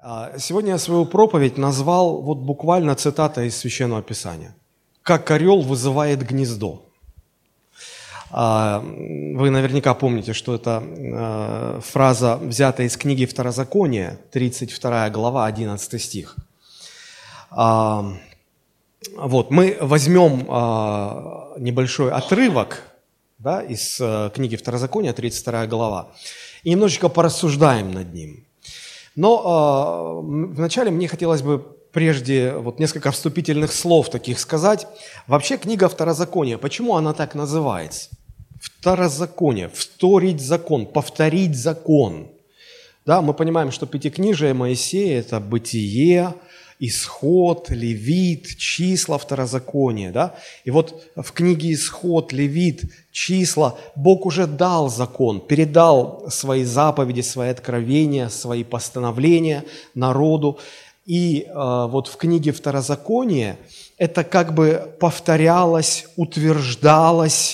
Сегодня я свою проповедь назвал вот буквально цитата из Священного Писания. «Как орел вызывает гнездо». Вы наверняка помните, что это фраза взята из книги Второзакония, 32 глава, 11 стих. Вот, мы возьмем небольшой отрывок, да, из книги Второзакония, 32 глава, и немножечко порассуждаем над ним. Но вначале мне хотелось бы прежде вот несколько вступительных слов таких сказать. Вообще книга Второзакония, почему она так называется? Второзаконие, вторить закон, повторить закон. Да, мы понимаем, что пятикнижие Моисея – это Бытие, Исход, Левит, Числа, Второзаконие. Да? И вот в книге Исход, Левит, Числа Бог уже дал закон, передал свои заповеди, свои откровения, свои постановления народу. И вот в книге Второзаконие это как бы повторялось, утверждалось,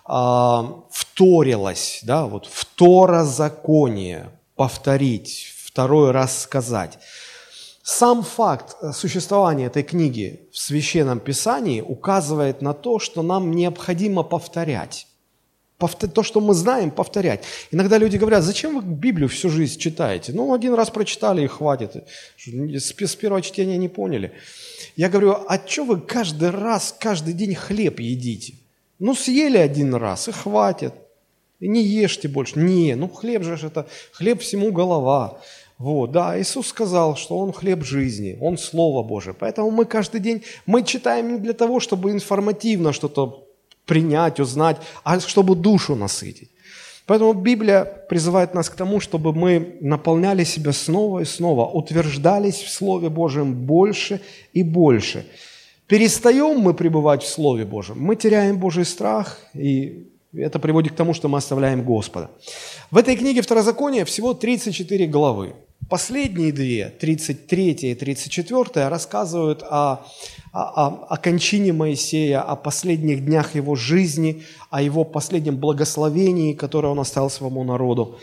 вторилось, да, вот второзаконие, повторить, второй раз сказать. Сам факт существования этой книги в Священном Писании указывает на то, что нам необходимо повторять. То, что мы знаем, повторять. Иногда люди говорят: зачем вы Библию всю жизнь читаете? Ну, один раз прочитали и хватит. С первого чтения не поняли. Я говорю: а что вы каждый раз, каждый день хлеб едите? Ну, съели один раз и хватит. И не ешьте больше. Не, ну хлеб же это, хлеб всему голова. Вот, да, Иисус сказал, что Он хлеб жизни, Он Слово Божие. Поэтому мы каждый день, мы читаем не для того, чтобы информативно что-то принять, узнать, а чтобы душу насытить. Поэтому Библия призывает нас к тому, чтобы мы наполняли себя снова и снова, утверждались в Слове Божьем больше и больше. Перестаем мы пребывать в Слове Божьем, мы теряем Божий страх, и это приводит к тому, что мы оставляем Господа. В этой книге Второзакония всего 34 главы. Последние две, 33 и 34, рассказывают о кончине Моисея, о последних днях его жизни, о его последнем благословении, которое он оставил своему народу.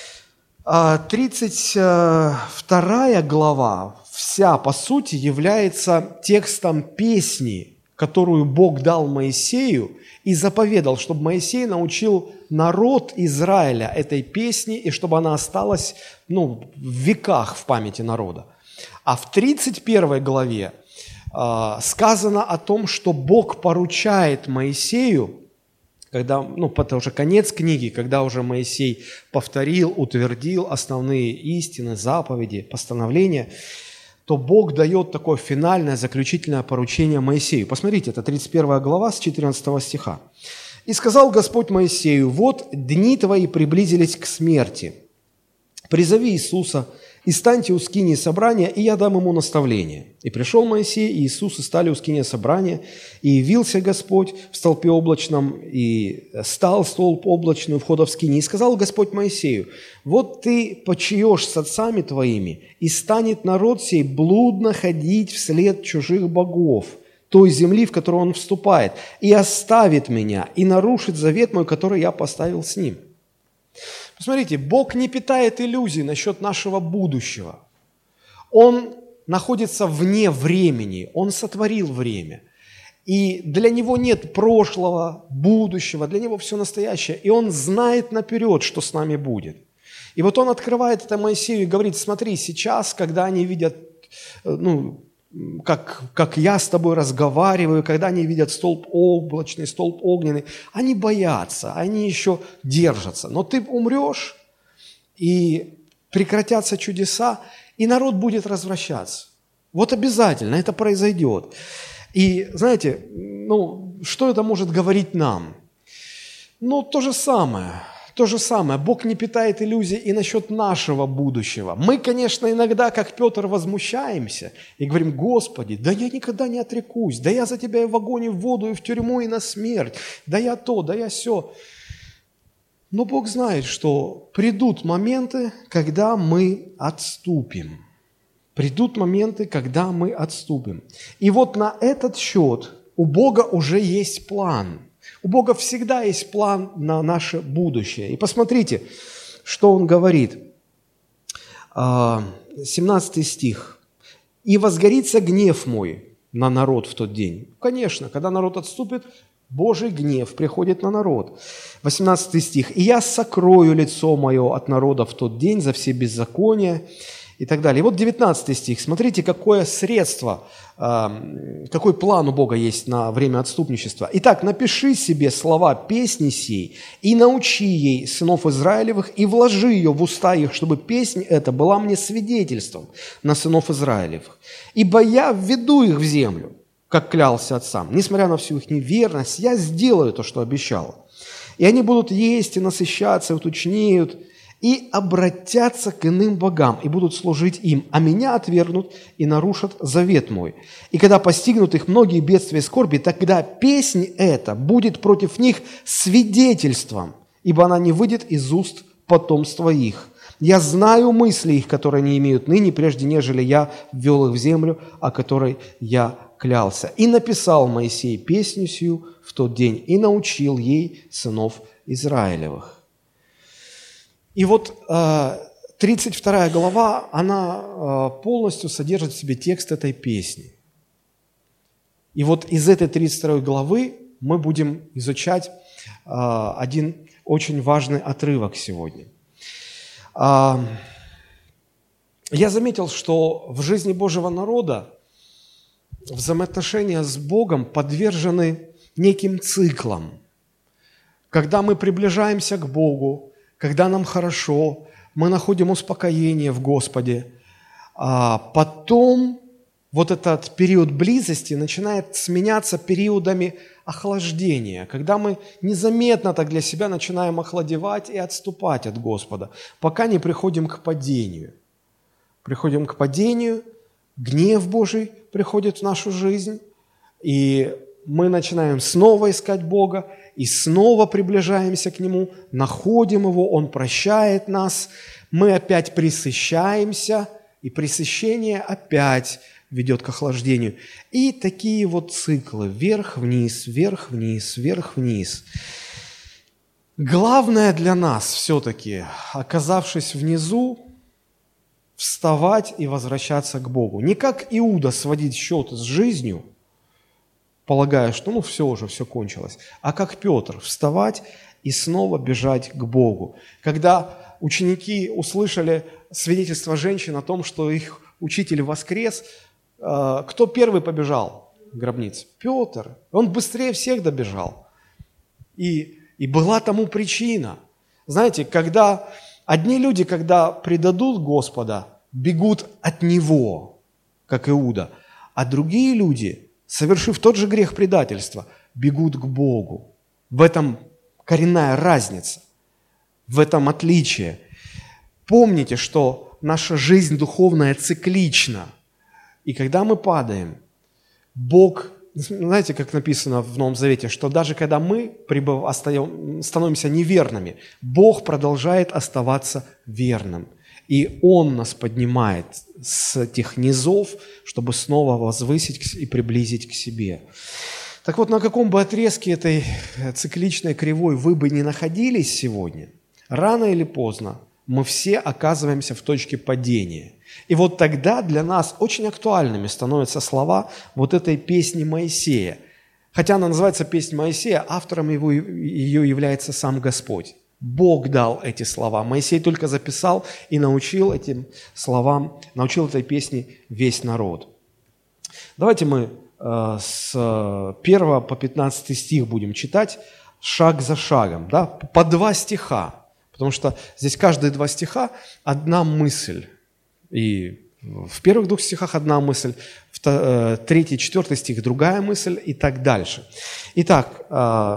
32 глава вся, по сути, является текстом песни, которую Бог дал Моисею и заповедал, чтобы Моисей научил народ Израиля этой песне, и чтобы она осталась в веках в памяти народа. А в 31 главе сказано о том, что Бог поручает Моисею, когда, это уже конец книги, когда уже Моисей повторил, утвердил основные истины, заповеди, постановления, то Бог дает такое финальное, заключительное поручение Моисею. Посмотрите, это 31 глава с 14 стиха. «И сказал Господь Моисею: вот дни твои приблизились к смерти. Призови Иисуса, и станьте у скинии собрания, и я дам ему наставление. И пришел Моисей и Иисус, и стали у скинии собрания, и явился Господь в столпе облачном, и стал столб облачный у входа в скинию. И сказал Господь Моисею: вот ты почиешь с отцами твоими, и станет народ сей блудно ходить вслед чужих богов, той земли, в которую он вступает, и оставит меня, и нарушит завет мой, который я поставил с ним». Посмотрите, Бог не питает иллюзий насчет нашего будущего. Он находится вне времени, Он сотворил время. И для Него нет прошлого, будущего, для Него все настоящее. И Он знает наперед, что с нами будет. И вот Он открывает это Моисею и говорит: смотри, сейчас, когда они видят, как я с тобой разговариваю, когда они видят столб облачный, столб огненный, они боятся, они еще держатся. Но ты умрешь, и прекратятся чудеса, и народ будет возвращаться. Вот обязательно это произойдет. И знаете, что это может говорить нам? То же самое. То же самое. Бог не питает иллюзий и насчет нашего будущего. Мы, конечно, иногда, как Петр, возмущаемся и говорим: Господи, да я никогда не отрекусь, да я за Тебя и в огонь, и в воду, и в тюрьму, и на смерть, да я то, да я сё. Но Бог знает, что придут моменты, когда мы отступим. Придут моменты, когда мы отступим. И вот на этот счет у Бога уже есть план. У Бога всегда есть план на наше будущее. И посмотрите, что Он говорит. 17 стих. «И возгорится гнев мой на народ в тот день». Конечно, когда народ отступит, Божий гнев приходит на народ. 18 стих. «И я сокрою лицо мое от народа в тот день за все беззакония». И так далее. И вот 19 стих. Смотрите, какое средство, какой план у Бога есть на время отступничества. «Итак, напиши себе слова песни сей, и научи ей сынов Израилевых, и вложи ее в уста их, чтобы песнь эта была мне свидетельством на сынов Израилевых. Ибо я введу их в землю, как клялся отцам. Несмотря на всю их неверность, я сделаю то, что обещал. И они будут есть и насыщаться, и уточнеют, и обратятся к иным богам, и будут служить им, а меня отвергнут и нарушат завет мой. И когда постигнут их многие бедствия и скорби, тогда песнь эта будет против них свидетельством, ибо она не выйдет из уст потомства их. Я знаю мысли их, которые они имеют ныне, прежде нежели я ввел их в землю, о которой я клялся. И написал Моисей песню сию в тот день, и научил ей сынов Израилевых». И вот 32 глава, она полностью содержит в себе текст этой песни. И вот из этой 32 главы мы будем изучать один очень важный отрывок сегодня. Я заметил, что в жизни Божьего народа взаимоотношения с Богом подвержены неким циклам. Когда мы приближаемся к Богу, когда нам хорошо, мы находим успокоение в Господе, а потом вот этот период близости начинает сменяться периодами охлаждения, когда мы незаметно так для себя начинаем охладевать и отступать от Господа, пока не приходим к падению. Приходим к падению, гнев Божий приходит в нашу жизнь, и мы начинаем снова искать Бога, и снова приближаемся к Нему, находим Его, Он прощает нас, мы опять пресыщаемся, и пресыщение опять ведет к охлаждению. И такие вот циклы, вверх-вниз, вверх-вниз, вверх-вниз. Главное для нас все-таки, оказавшись внизу, вставать и возвращаться к Богу. Не как Иуда сводить счеты с жизнью, полагая, что все уже, все кончилось, а как Петр, вставать и снова бежать к Богу. Когда ученики услышали свидетельство женщин о том, что их учитель воскрес, кто первый побежал к гробнице? Петр. Он быстрее всех добежал. И была тому причина. Знаете, когда одни люди, когда предадут Господа, бегут от Него, как Иуда, а другие люди, совершив тот же грех предательства, бегут к Богу. В этом коренная разница, в этом отличие. Помните, что наша жизнь духовная циклична. И когда мы падаем, Бог, знаете, как написано в Новом Завете, что даже когда мы становимся неверными, Бог продолжает оставаться верным. И Он нас поднимает с этих низов, чтобы снова возвысить и приблизить к себе. Так вот, на каком бы отрезке этой цикличной кривой вы бы ни находились сегодня, рано или поздно мы все оказываемся в точке падения. И вот тогда для нас очень актуальными становятся слова вот этой песни Моисея. Хотя она называется «Песнь Моисея», автором ее является сам Господь. Бог дал эти слова. Моисей только записал и научил этим словам, научил этой песне весь народ. Давайте мы с 1 по 15 стих будем читать шаг за шагом, да? По 2 стиха, потому что здесь каждые 2 стиха одна мысль. И в первых 2 стихах одна мысль, в 3-4 стих другая мысль и так дальше. Итак,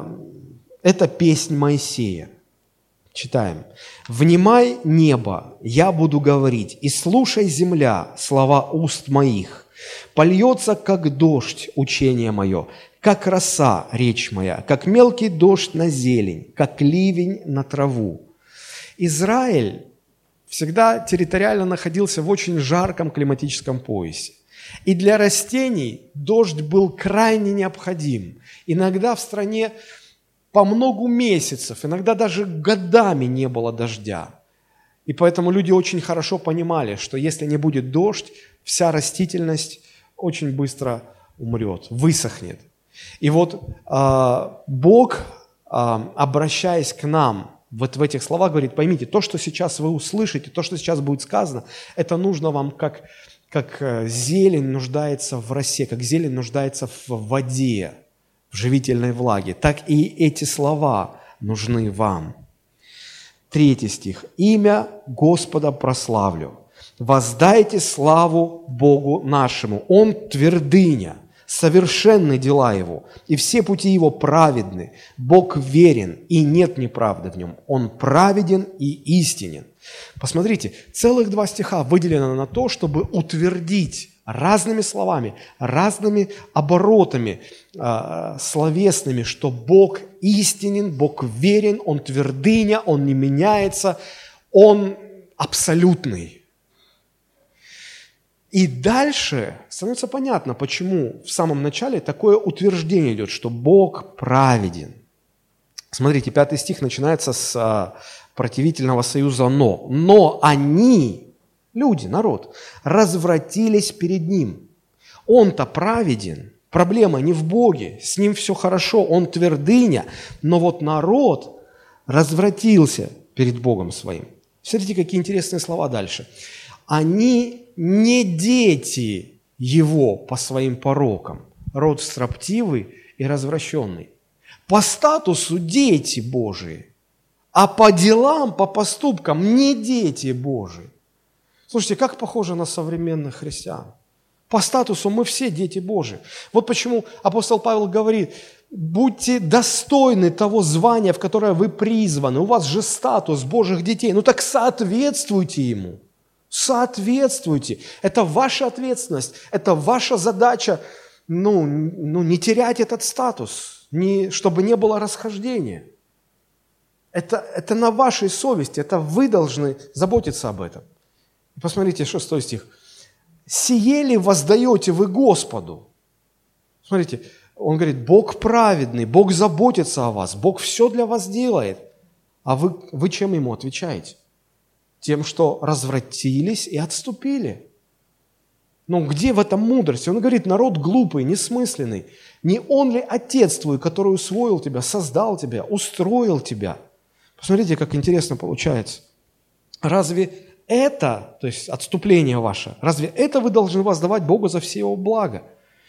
это песнь Моисея. Читаем. «Внимай, небо, я буду говорить, и слушай, земля, слова уст моих. Польется, как дождь, учение мое, как роса, речь моя, как мелкий дождь на зелень, как ливень на траву». Израиль всегда территориально находился в очень жарком климатическом поясе. И для растений дождь был крайне необходим. Иногда в стране по многу месяцев, иногда даже годами не было дождя. И поэтому люди очень хорошо понимали, что если не будет дождь, вся растительность очень быстро умрет, высохнет. И вот Бог, обращаясь к нам, вот в этих словах говорит: поймите, то, что сейчас вы услышите, то, что сейчас будет сказано, это нужно вам, как зелень нуждается в росе, как зелень нуждается в воде, в живительной влаге, так и эти слова нужны вам. 3 стих. «Имя Господа прославлю. Воздайте славу Богу нашему. Он твердыня, совершенны дела Его, и все пути Его праведны. Бог верен, и нет неправды в Нем. Он праведен и истинен». Посмотрите, целых 2 стиха выделено на то, чтобы утвердить разными словами, разными оборотами словесными, что Бог истинен, Бог верен, Он твердыня, Он не меняется, Он абсолютный. И дальше становится понятно, почему в самом начале такое утверждение идет, что Бог праведен. Смотрите, 5 стих начинается с противительного союза «но». «Но они», люди, народ, развратились перед Ним. Он-то праведен, проблема не в Боге, с Ним все хорошо, Он твердыня, но вот народ развратился перед Богом своим. Смотрите, какие интересные слова дальше. «Они не дети Его по своим порокам, род строптивый и развращенный». По статусу дети Божии, а по делам, по поступкам не дети Божии. Слушайте, как похоже на современных христиан. По статусу мы все дети Божии. Вот почему апостол Павел говорит: будьте достойны того звания, в которое вы призваны. У вас же статус Божьих детей. Ну так соответствуйте ему. Соответствуйте. Это ваша ответственность, это ваша задача, не терять этот статус, чтобы не было расхождения. Это на вашей совести, это вы должны заботиться об этом. Посмотрите, 6 стих. «Сие ли воздаете вы Господу?» Смотрите, он говорит: Бог праведный, Бог заботится о вас, Бог все для вас делает. А вы чем ему отвечаете? Тем, что развратились и отступили. Но где в этом мудрость? Он говорит: народ глупый, несмысленный. Не он ли Отец твой, который усвоил тебя, создал тебя, устроил тебя? Посмотрите, как интересно получается. Разве это, то есть отступление ваше, разве это вы должны воздавать Богу за все Его блага?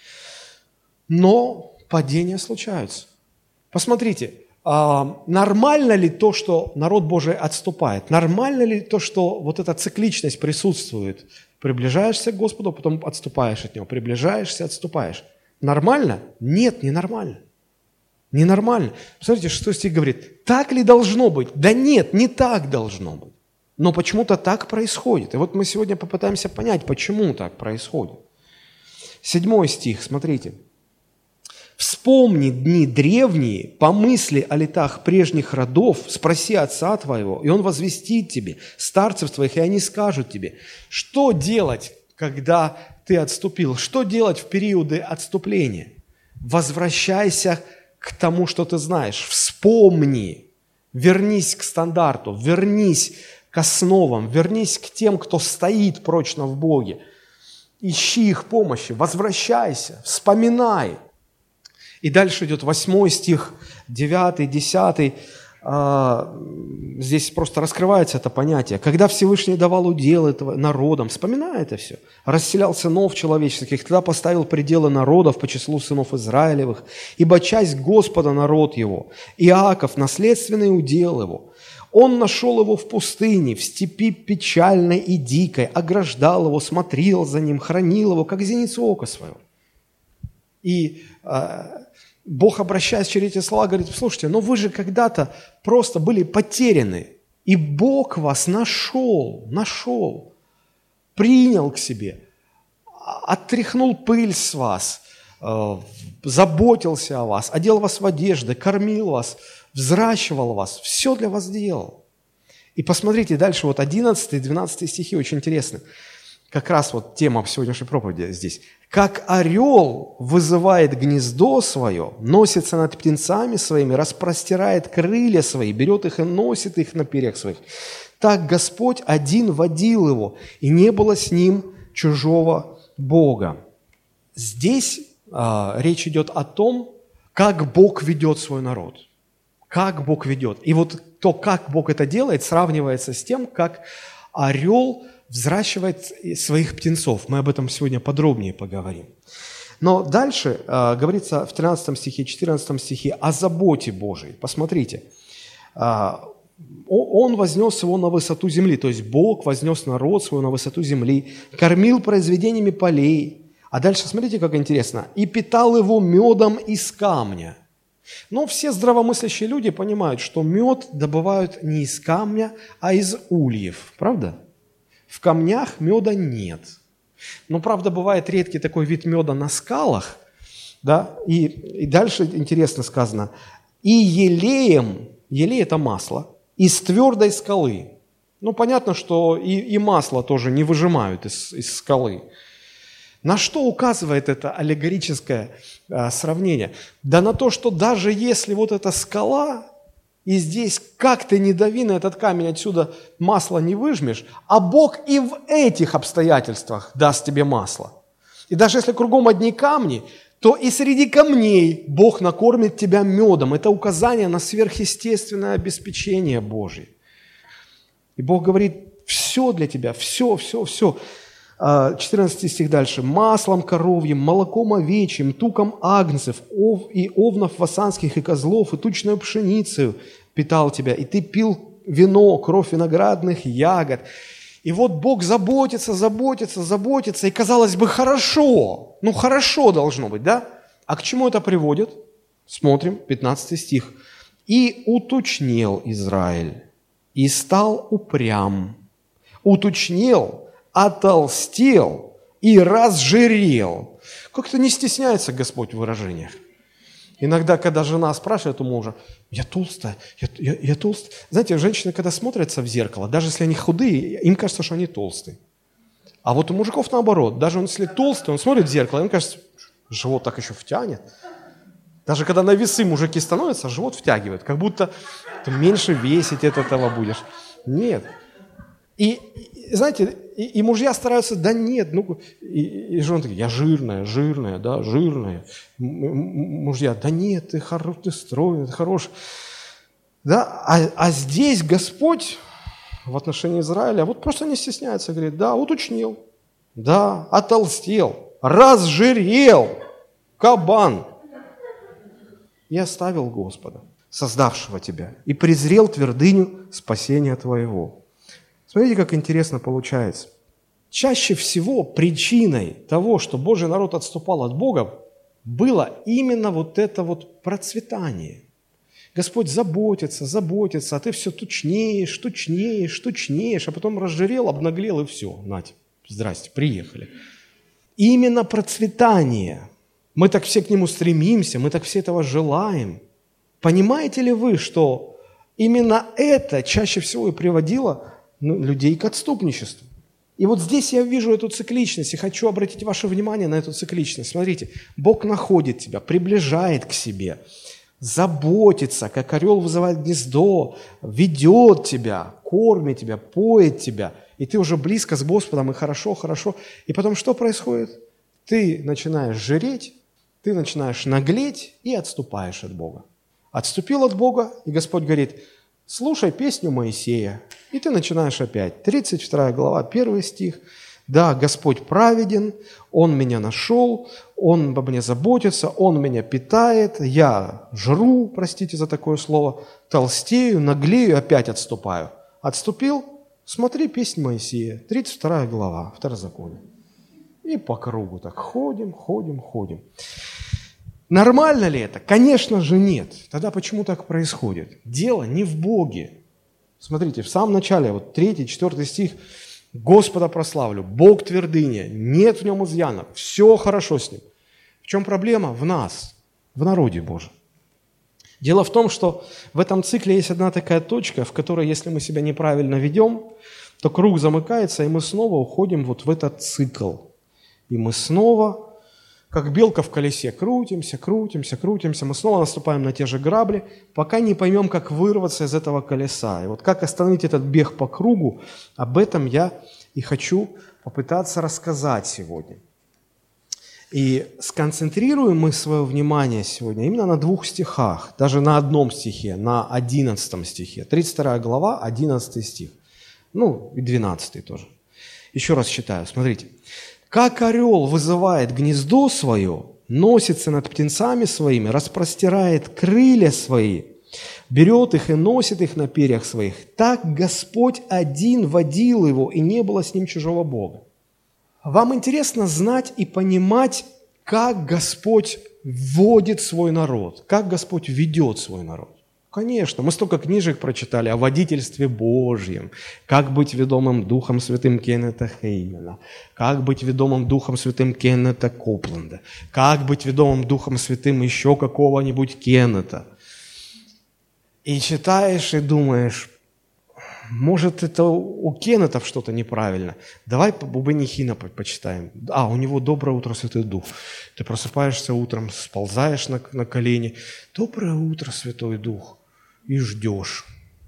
Но падения случаются. Посмотрите, нормально ли то, что народ Божий отступает? Нормально ли то, что вот эта цикличность присутствует? Приближаешься к Господу, потом отступаешь от Него. Приближаешься, отступаешь. Нормально? Нет, не нормально. Ненормально. Посмотрите, 6 стих говорит: так ли должно быть? Да нет, не так должно быть. Но почему-то так происходит. И вот мы сегодня попытаемся понять, почему так происходит. 7 стих, смотрите. «Вспомни дни древние, помысли о летах прежних родов, спроси отца твоего, и он возвестит тебе, старцев твоих, и они скажут тебе». Что делать, когда ты отступил? Что делать в периоды отступления? Возвращайся к тому, что ты знаешь. Вспомни, вернись к стандарту, вернись к основам, вернись к тем, кто стоит прочно в Боге. Ищи их помощи, возвращайся, вспоминай. И дальше идет 8 стих, 9, 10. Здесь просто раскрывается это понятие. «Когда Всевышний давал удел этого народам», вспоминай это все, «расселял сынов человеческих, тогда поставил пределы народов по числу сынов Израилевых, ибо часть Господа народ его, Иаков наследственный удел его. Он нашел его в пустыне, в степи печальной и дикой, ограждал его, смотрел за ним, хранил его, как зеницу ока своего». И Бог, обращаясь через эти слова, говорит: слушайте, но вы же когда-то просто были потеряны, и Бог вас нашел, принял к себе, оттряхнул пыль с вас, заботился о вас, одел вас в одежды, кормил вас, взращивал вас, все для вас делал. И посмотрите дальше, вот 11 и 12 стихи очень интересны. Как раз вот тема сегодняшней проповеди здесь. «Как орел вызывает гнездо свое, носится над птенцами своими, распростирает крылья свои, берет их и носит их на перьях своих, Так Господь один водил его, и не было с ним чужого Бога». Здесь речь идет о том, как Бог ведет свой народ. Как Бог ведет. И вот то, как Бог это делает, сравнивается с тем, как орел взращивает своих птенцов. Мы об этом сегодня подробнее поговорим. Но дальше говорится в 13 стихе, 14 стихе о заботе Божией. Посмотрите. Он вознес его на высоту земли, то есть Бог вознес народ свой на высоту земли, кормил произведениями полей. А дальше смотрите, как интересно. «И питал его медом из камня». Но все здравомыслящие люди понимают, что мед добывают не из камня, а из ульев. Правда? В камнях меда нет. Но, правда, бывает редкий такой вид меда на скалах. Да? И дальше интересно сказано. «И елеем», елей – это масло, «из твердой скалы». Ну, понятно, что и масло тоже не выжимают из скалы. На что указывает это аллегорическое сравнение? Да на то, что даже если вот эта скала, и здесь как ты не дави на этот камень, отсюда масло не выжмешь, а Бог и в этих обстоятельствах даст тебе масло. И даже если кругом одни камни, то и среди камней Бог накормит тебя медом. Это указание на сверхъестественное обеспечение Божье. И Бог говорит, все для тебя, все, все, все. 14 стих дальше. «Маслом коровьим, молоком овечьим, туком агнцев, и овнов васанских, и козлов, и тучную пшеницею питал тебя, и ты пил вино, кровь виноградных ягод». И вот Бог заботится, заботится, заботится, и, казалось бы, хорошо. Ну, хорошо должно быть, да? А к чему это приводит? Смотрим, 15 стих. «И утучнел Израиль, и стал упрям». Утучнел, отолстел и разжирел. Как-то не стесняется Господь в выражениях. Иногда, когда жена спрашивает у мужа, я толстая, я толстая. Знаете, женщины, когда смотрятся в зеркало, даже если они худые, им кажется, что они толстые. А вот у мужиков наоборот. Даже если толстый, он смотрит в зеркало, им кажется, живот так еще втянет. Даже когда на весы мужики становятся, живот втягивает. Как будто ты меньше весить от этого будешь. Нет. И знаете, и мужья стараются, да нет, ну, и жены такие, я жирная, да, жирная. Мужья, да нет, ты стройный, ты хороший. Да? А здесь Господь в отношении Израиля вот просто не стесняется, говорит, да, уточнил, да, отолстел, разжирел, кабан. И оставил Господа, создавшего тебя, и презрел твердыню спасения твоего. Смотрите, как интересно получается. Чаще всего причиной того, что Божий народ отступал от Бога, было именно вот это вот процветание. Господь заботится, а ты все тучнеешь, а потом разжирел, обнаглел и все. Нате, здрасте, приехали. Именно процветание. Мы так все к нему стремимся, мы так все этого желаем. Понимаете ли вы, что именно это чаще всего и приводило людей к отступничеству? И вот здесь я вижу эту цикличность и хочу обратить ваше внимание на эту цикличность. Смотрите, Бог находит тебя, приближает к себе, заботится, как орел вызывает гнездо, ведет тебя, кормит тебя, поет тебя, и ты уже близко с Господом, и хорошо. И потом что происходит? Ты начинаешь жиреть, ты начинаешь наглеть и отступаешь от Бога. Отступил от Бога, и Господь говорит, слушай песню Моисея. И ты начинаешь опять. 32 глава, 1 стих. Да, Господь праведен, Он меня нашел, Он обо мне заботится, Он меня питает, я жру, простите за такое слово, толстею, наглею, опять отступаю. Отступил? Смотри песнь Моисея, 32 глава, Второзаконие. И по кругу так ходим. Нормально ли это? Конечно же нет. Тогда почему так происходит? Дело не в Боге. Смотрите, в самом начале, вот 3-4 стих, Господа прославлю, Бог твердыня, нет в нем изъянов, все хорошо с ним. В чем проблема? В нас, в народе Божьем. Дело в том, что в этом цикле есть одна такая точка, в которой, если мы себя неправильно ведем, то круг замыкается, и мы снова уходим вот в этот цикл. И мы снова как белка в колесе, крутимся, крутимся, крутимся, мы снова наступаем на те же грабли, пока не поймем, как вырваться из этого колеса. И вот как остановить этот бег по кругу, об этом я и хочу попытаться рассказать сегодня. И сконцентрируем мы свое внимание сегодня именно на 2 стихах, даже на одном стихе, на 11 стихе. 32 глава, 11 стих. И 12 тоже. Еще раз читаю, смотрите. «Как орел вызывает гнездо свое, носится над птенцами своими, распростирает крылья свои, берет их и носит их на перьях своих, так Господь один водил его, и не было с ним чужого Бога». Вам интересно знать и понимать, как Господь вводит свой народ, как Господь ведет свой народ. Конечно, мы столько книжек прочитали о водительстве Божьем, как быть ведомым Духом Святым Кеннета Хеймена, как быть ведомым Духом Святым Кеннета Копленда, как быть ведомым Духом Святым еще какого-нибудь Кеннета. И читаешь и думаешь, может, это у Кеннетов что-то неправильно. Давай у Бенихина почитаем. У него «Доброе утро, Святой Дух». Ты просыпаешься утром, сползаешь на колени. «Доброе утро, Святой Дух». И ждешь.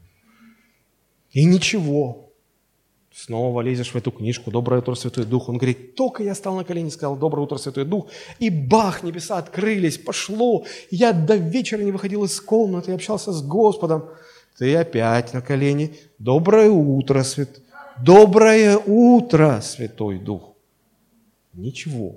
И ничего. Снова лезешь в эту книжку «Доброе утро, Святой Дух». Он говорит, только я стал на колени, сказал «Доброе утро, Святой Дух». И бах, небеса открылись, пошло. Я до вечера не выходил из комнаты, я общался с Господом. Ты опять на колени. «Доброе утро, Доброе утро, Святой Дух». Ничего.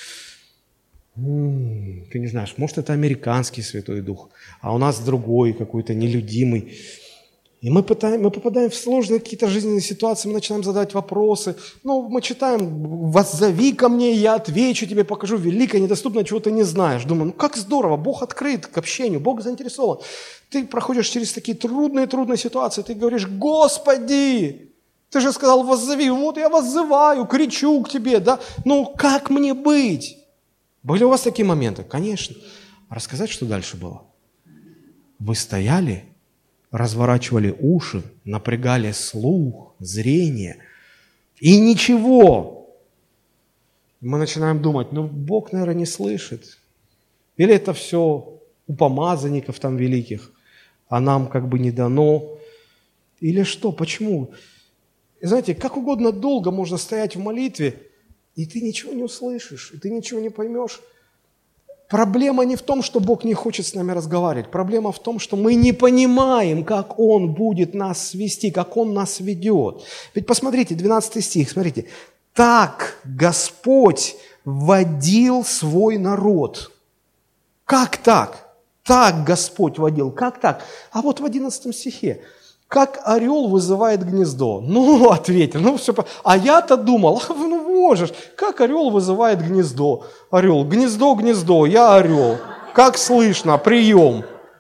Ты не знаешь, может, это американский Святой Дух, а у нас другой какой-то нелюдимый. И мы попадаем в сложные какие-то жизненные ситуации, мы начинаем задавать вопросы. Мы читаем «Воззови ко мне, я отвечу тебе, покажу великое, недоступное, чего ты не знаешь». Думаю, как здорово, Бог открыт к общению, Бог заинтересован. Ты проходишь через такие трудные ситуации, ты говоришь, Господи, ты же сказал «воззови», вот я воззываю, кричу к тебе, да? Как мне быть? Были у вас такие моменты? Конечно. Рассказать, что дальше было? Вы стояли, разворачивали уши, напрягали слух, зрение, и ничего. Мы начинаем думать, Бог, наверное, не слышит. Или это все у помазанников там великих, а нам как бы не дано. Или что? Почему? И знаете, как угодно долго можно стоять в молитве, и ты ничего не услышишь, и ты ничего не поймешь. Проблема не в том, что Бог не хочет с нами разговаривать. Проблема в том, что мы не понимаем, как Он будет нас вести, как Он нас ведет. Ведь посмотрите, 12 стих, смотрите. «Так Господь водил свой народ». Как так? Так Господь водил. Как так? А вот в 11 стихе. «Как орел вызывает гнездо». Ответил, все. А я-то думал, можешь, как орел вызывает гнездо. Орел, гнездо, я орел. Как слышно, прием.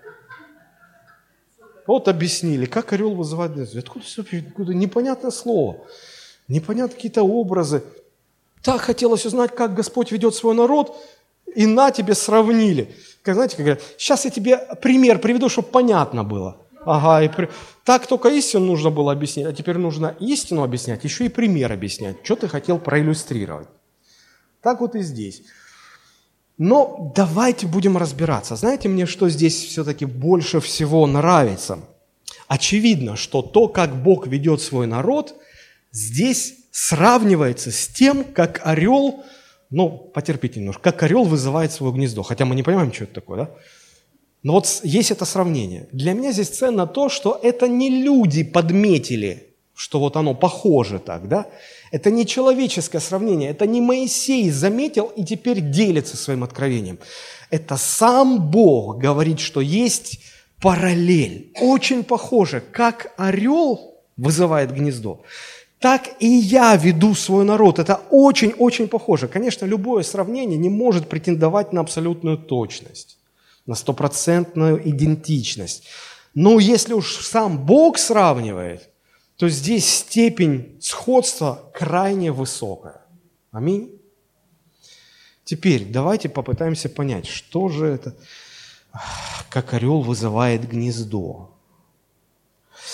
Вот объяснили, как орел вызывает гнездо. Откуда непонятное слово, непонятные какие-то образы. Так хотелось узнать, как Господь ведет свой народ, и на тебе сравнили. Знаете, как говорят, сейчас я тебе пример приведу, чтобы понятно было. Так только истину нужно было объяснить, а теперь нужно истину объяснять, еще и пример объяснять, что ты хотел проиллюстрировать. Так вот и здесь. Но давайте будем разбираться. Знаете, мне что здесь все-таки больше всего нравится? Очевидно, что то, как Бог ведет свой народ, здесь сравнивается с тем, как орел, потерпите немножко, как орел вызывает свое гнездо. Хотя мы не понимаем, что это такое, да? Но вот есть это сравнение. Для меня здесь ценно то, что это не люди подметили, что вот оно похоже так, да? Это не человеческое сравнение, это не Моисей заметил и теперь делится своим откровением. Это сам Бог говорит, что есть параллель, очень похоже, как орел вызывает гнездо, так и я веду свой народ. Это очень-очень похоже. Конечно, любое сравнение не может претендовать на абсолютную точность, на 100% идентичность. Но если уж сам Бог сравнивает, то здесь степень сходства крайне высокая. Аминь. Теперь давайте попытаемся понять, что же это, как орел вызывает гнездо.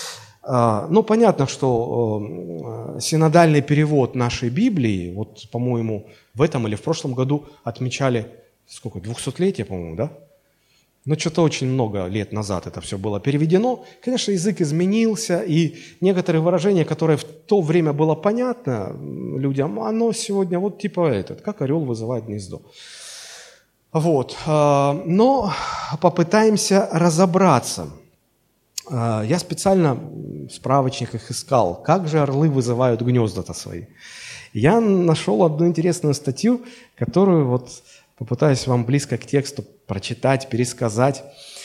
Ну, понятно, что синодальный перевод нашей Библии, вот, по-моему, в этом или в прошлом году отмечали, сколько, 200-летие, по-моему, да? Но что-то очень много лет назад это все было переведено. Конечно, язык изменился, и некоторые выражения, которые в то время было понятно людям, оно сегодня вот типа как орел вызывает гнездо. Вот. Но попытаемся разобраться. Я специально в справочниках искал, как же орлы вызывают гнезда-то свои. Я нашел одну интересную статью, которую вот попытаюсь вам близко к тексту прочитать, пересказать.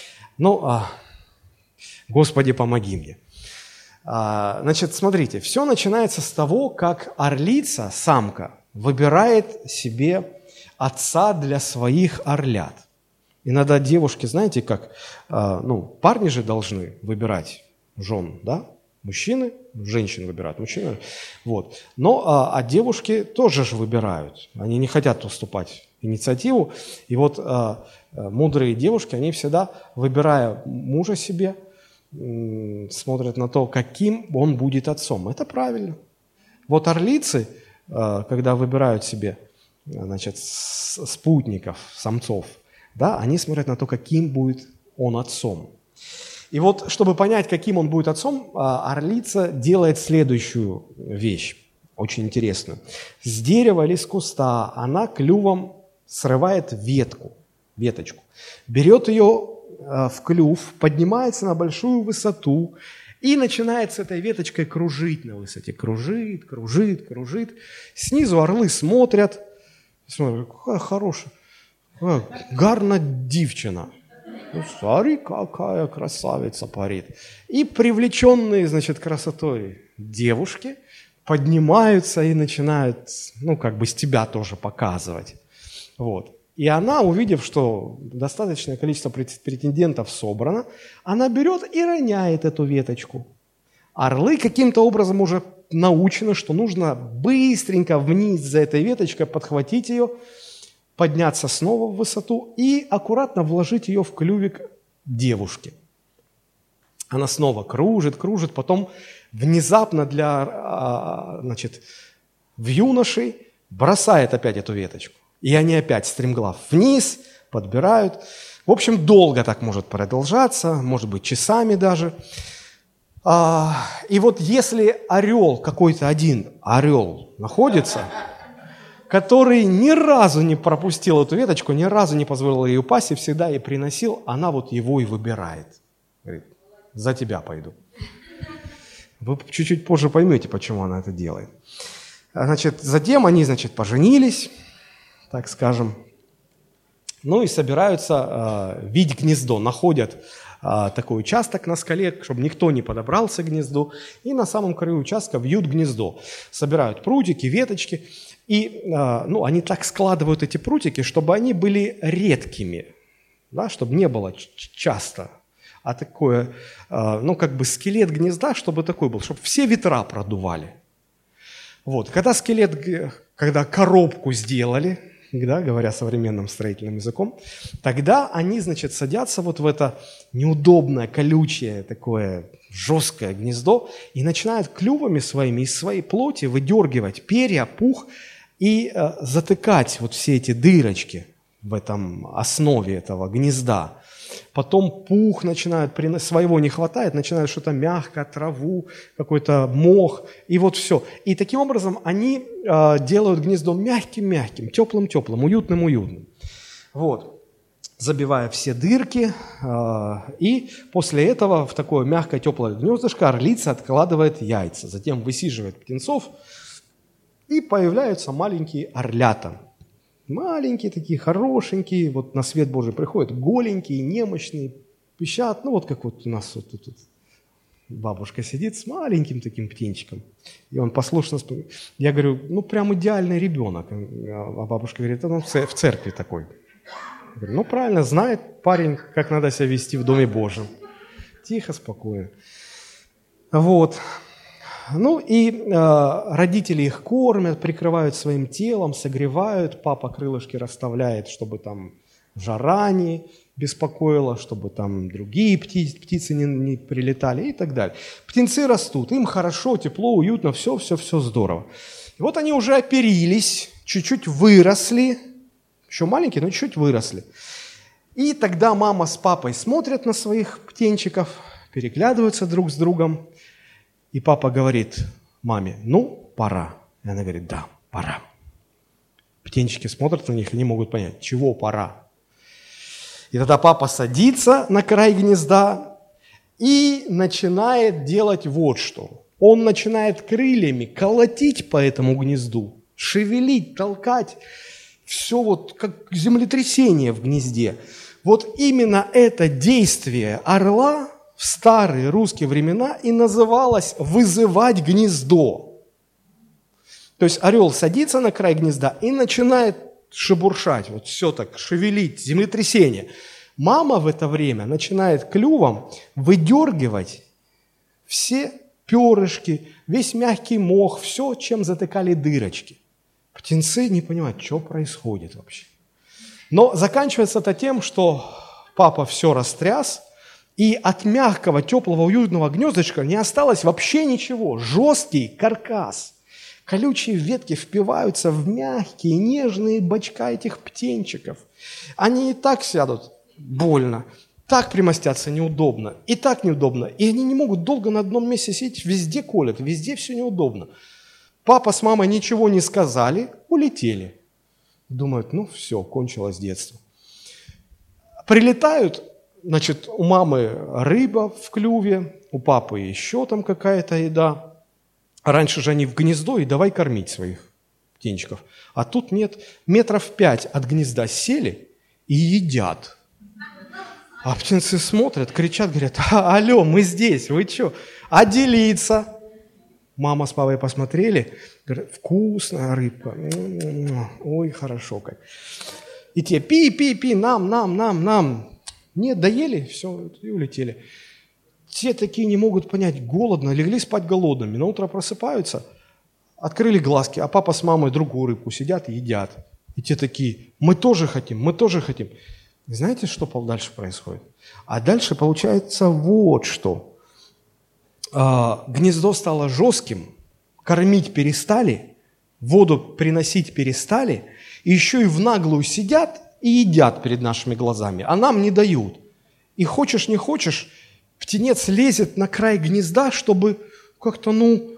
Господи, помоги мне. Значит, смотрите, все начинается с того, как орлица, самка, выбирает себе отца для своих орлят. Иногда девушки, знаете, как, парни же должны выбирать жен, да? Мужчины, женщин выбирают, мужчины. Вот. Но девушки тоже же выбирают. Они не хотят уступать инициативу. И вот мудрые девушки, они всегда, выбирая мужа себе, смотрят на то, каким он будет отцом. Это правильно. Вот орлицы, когда выбирают себе, значит, спутников, самцов, да, они смотрят на то, каким будет он отцом. И вот, чтобы понять, каким он будет отцом, орлица делает следующую вещь, очень интересную. С дерева или с куста она клювом срывает веточку, берет ее в клюв, поднимается на большую высоту и начинает с этой веточкой кружить на высоте. Кружит. Снизу орлы смотрят, какая хорошая, гарна дівчина. Смотри, какая красавица парит. И привлеченные, значит, красотой девушки поднимаются и начинают, с тебя тоже показывать. Вот. И она, увидев, что достаточное количество претендентов собрано, она берет и роняет эту веточку. Орлы каким-то образом уже научены, что нужно быстренько вниз за этой веточкой подхватить ее, подняться снова в высоту и аккуратно вложить ее в клювик девушки. Она снова кружит, потом внезапно в юношей бросает опять эту веточку. И они опять стремглав вниз, подбирают. В общем, долго так может продолжаться, может быть, часами даже. И вот если орел, какой-то один орел находится, который ни разу не пропустил эту веточку, ни разу не позволил ей упасть и всегда ей приносил, она вот его и выбирает. Говорит, за тебя пойду. Вы чуть-чуть позже поймете, почему она это делает. Значит, затем они, поженились, так скажем, и собираются видеть гнездо, находят такой участок на скале, чтобы никто не подобрался к гнезду, и на самом краю участка вьют гнездо, собирают прутики, веточки, и они так складывают эти прутики, чтобы они были редкими, да, чтобы не было часто, а такое, скелет гнезда, чтобы такой был, чтобы все ветра продували. Вот, когда коробку сделали, да, говоря современным строительным языком, тогда они, садятся вот в это неудобное, колючее, такое жесткое гнездо и начинают клювами своими из своей плоти выдергивать перья, пух и затыкать вот все эти дырочки в этом основе этого гнезда. Потом пух начинают, своего не хватает, начинают что-то мягкое, траву, какой-то мох, и вот все. И таким образом они делают гнездо мягким-мягким, теплым-теплым, уютным-уютным. Вот. Забивая все дырки, и после этого в такое мягкое, теплое гнездышко орлица откладывает яйца, затем высиживает птенцов, и появляются маленькие орлята. Маленькие такие, хорошенькие, вот на свет Божий приходят, голенькие, немощные, пищат, как вот у нас вот тут бабушка сидит с маленьким таким птенчиком, и он послушно, я говорю, прям идеальный ребенок, а бабушка говорит, он в церкви такой. Я говорю, правильно, знает парень, как надо себя вести в Доме Божьем. Тихо, спокойно. Вот. Родители их кормят, прикрывают своим телом, согревают, папа крылышки расставляет, чтобы там жара не беспокоило, чтобы там другие птицы не прилетали и так далее. Птенцы растут, им хорошо, тепло, уютно, все здорово. И вот они уже оперились, чуть-чуть выросли, еще маленькие, но чуть-чуть выросли. И тогда мама с папой смотрят на своих птенчиков, переглядываются друг с другом, и папа говорит маме: ну, пора. И она говорит: да, пора. Птенчики смотрят на них и не могут понять, чего пора. И тогда папа садится на край гнезда и начинает делать вот что. Он начинает крыльями колотить по этому гнезду, шевелить, толкать. Все вот как землетрясение в гнезде. Вот именно это действие орла в старые русские времена и называлось «вызывать гнездо». То есть орел садится на край гнезда и начинает шебуршать, вот все так, шевелить, землетрясение. Мама в это время начинает клювом выдергивать все перышки, весь мягкий мох, все, чем затыкали дырочки. Птенцы не понимают, что происходит вообще. Но заканчивается это тем, что папа все растряс, и от мягкого, теплого, уютного гнездочка не осталось вообще ничего. Жесткий каркас. Колючие ветки впиваются в мягкие, нежные бочка этих птенчиков. Они и так сядут больно, так примостятся неудобно, и так неудобно. И они не могут долго на одном месте сидеть, везде колят, везде все неудобно. Папа с мамой ничего не сказали, улетели. Думают, ну все, кончилось детство. Прилетают, значит, у мамы рыба в клюве, у папы еще там какая-то еда. Раньше же они в гнездо и давай кормить своих птенчиков. А тут нет, 5 метров от гнезда сели и едят. А птенцы смотрят, кричат, говорят: алло, мы здесь, вы что? А делиться? Мама с папой посмотрели, говорят: вкусная рыбка, ой, хорошо как. И те: пи, нам. Нет, доели, все, и улетели. Те такие не могут понять, голодно, легли спать голодными, на утро просыпаются, открыли глазки, а папа с мамой другую рыбку сидят и едят. И те такие: мы тоже хотим. Знаете, что дальше происходит? А дальше получается вот что. Гнездо стало жестким, кормить перестали, воду приносить перестали, и еще и в наглую сидят и едят перед нашими глазами, а нам не дают. И хочешь не хочешь, птенец лезет на край гнезда, чтобы как-то,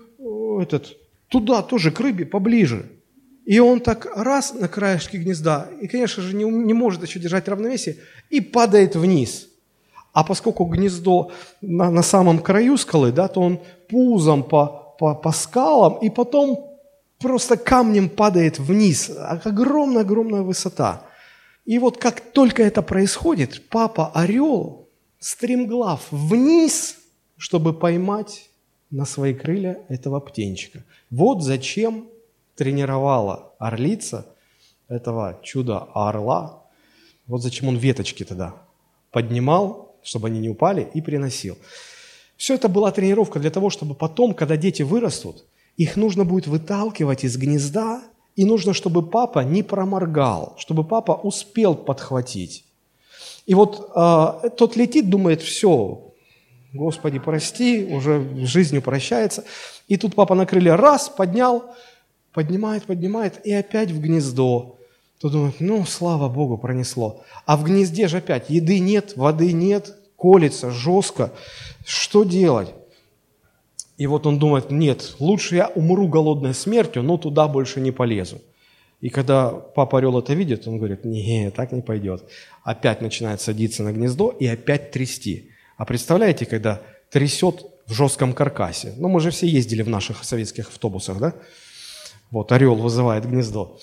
туда тоже к рыбе поближе. И он так раз на краешке гнезда, и, конечно же, не может еще держать равновесие, и падает вниз. А поскольку гнездо на самом краю скалы, да, то он пузом по скалам, и потом просто камнем падает вниз. Огромная высота. И вот как только это происходит, папа-орел стремглав вниз, чтобы поймать на свои крылья этого птенчика. Вот зачем тренировала орлица этого чудо-орла. Вот зачем он веточки тогда поднимал, чтобы они не упали, и приносил. Все это была тренировка для того, чтобы потом, когда дети вырастут, их нужно будет выталкивать из гнезда, и нужно, чтобы папа не проморгал, чтобы папа успел подхватить. И вот тот летит, думает: все, Господи, прости, уже жизнью прощается. И тут папа на крылья раз, поднял, поднимает, и опять в гнездо. То думает: слава Богу, пронесло. А в гнезде же опять еды нет, воды нет, колется жестко. Что делать? И вот он думает: нет, лучше я умру голодной смертью, но туда больше не полезу. И когда папа-орел это видит, он говорит: нет, так не пойдет. Опять начинает садиться на гнездо и опять трясти. А представляете, когда трясет в жестком каркасе? Мы же все ездили в наших советских автобусах, да? Вот, орел вызывает гнездо.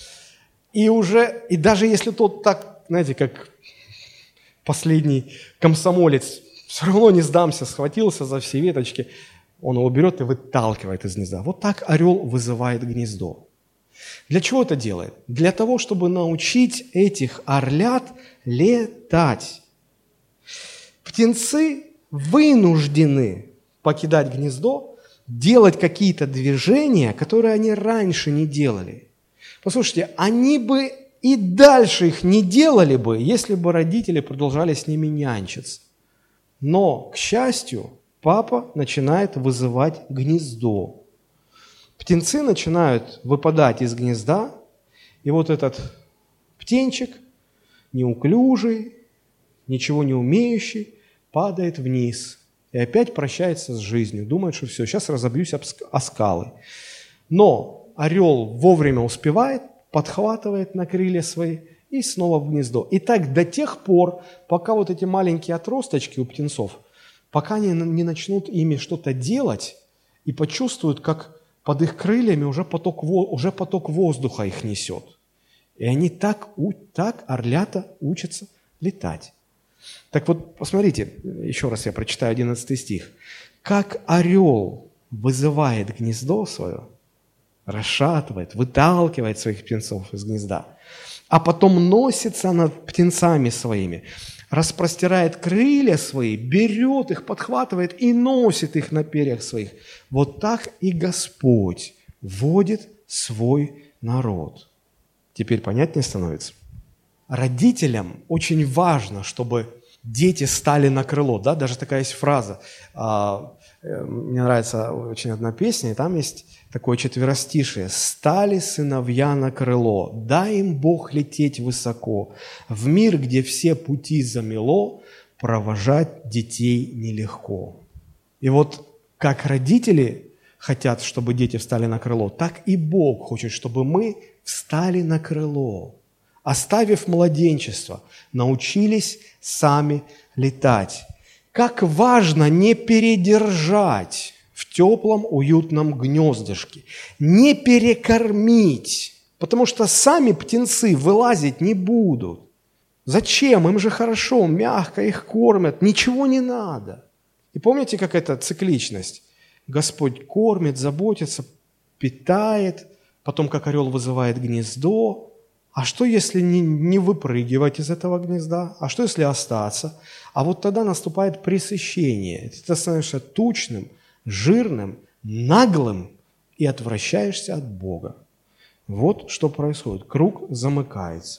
И даже если тот так, знаете, как последний комсомолец, все равно не сдамся, схватился за все веточки, он его берет и выталкивает из гнезда. Вот так орел вызывает гнездо. Для чего это делает? Для того, чтобы научить этих орлят летать. Птенцы вынуждены покидать гнездо, делать какие-то движения, которые они раньше не делали. Послушайте, они бы и дальше их не делали бы, если бы родители продолжали с ними нянчиться. Но, к счастью, папа начинает вызывать гнездо. Птенцы начинают выпадать из гнезда, и вот этот птенчик, неуклюжий, ничего не умеющий, падает вниз и опять прощается с жизнью, думает, что все, сейчас разобьюсь о скалы. Но орел вовремя успевает, подхватывает на крылья свои и снова в гнездо. И так до тех пор, пока вот эти маленькие отросточки у птенцов, пока они не начнут ими что-то делать и почувствуют, как под их крыльями уже поток воздуха их несет. И они так орлята учатся летать. Так вот, посмотрите, еще раз я прочитаю 11 стих. «Как орел вызывает гнездо свое, расшатывает, выталкивает своих птенцов из гнезда, а потом носится над птенцами своими, распростирает крылья свои, берет их, подхватывает и носит их на перьях своих. Вот так и Господь водит свой народ». Теперь понятнее становится? Родителям очень важно, чтобы дети стали на крыло. Да? Даже такая есть фраза. Мне нравится очень одна песня, и там есть такое четверостишее. «Стали сыновья на крыло, дай им Бог лететь высоко. В мир, где все пути замело, провожать детей нелегко». И вот как родители хотят, чтобы дети встали на крыло, так и Бог хочет, чтобы мы встали на крыло. Оставив младенчество, научились сами летать. Как важно не передержать в теплом, уютном гнездышке, не перекормить, потому что сами птенцы вылазить не будут. Зачем? Им же хорошо, мягко их кормят, ничего не надо. И помните, как это цикличность? Господь кормит, заботится, питает, потом как орел вызывает гнездо. А что, если не выпрыгивать из этого гнезда? А что, если остаться? А вот тогда наступает пресыщение. Ты становишься тучным, жирным, наглым и отвращаешься от Бога. Вот что происходит. Круг замыкается.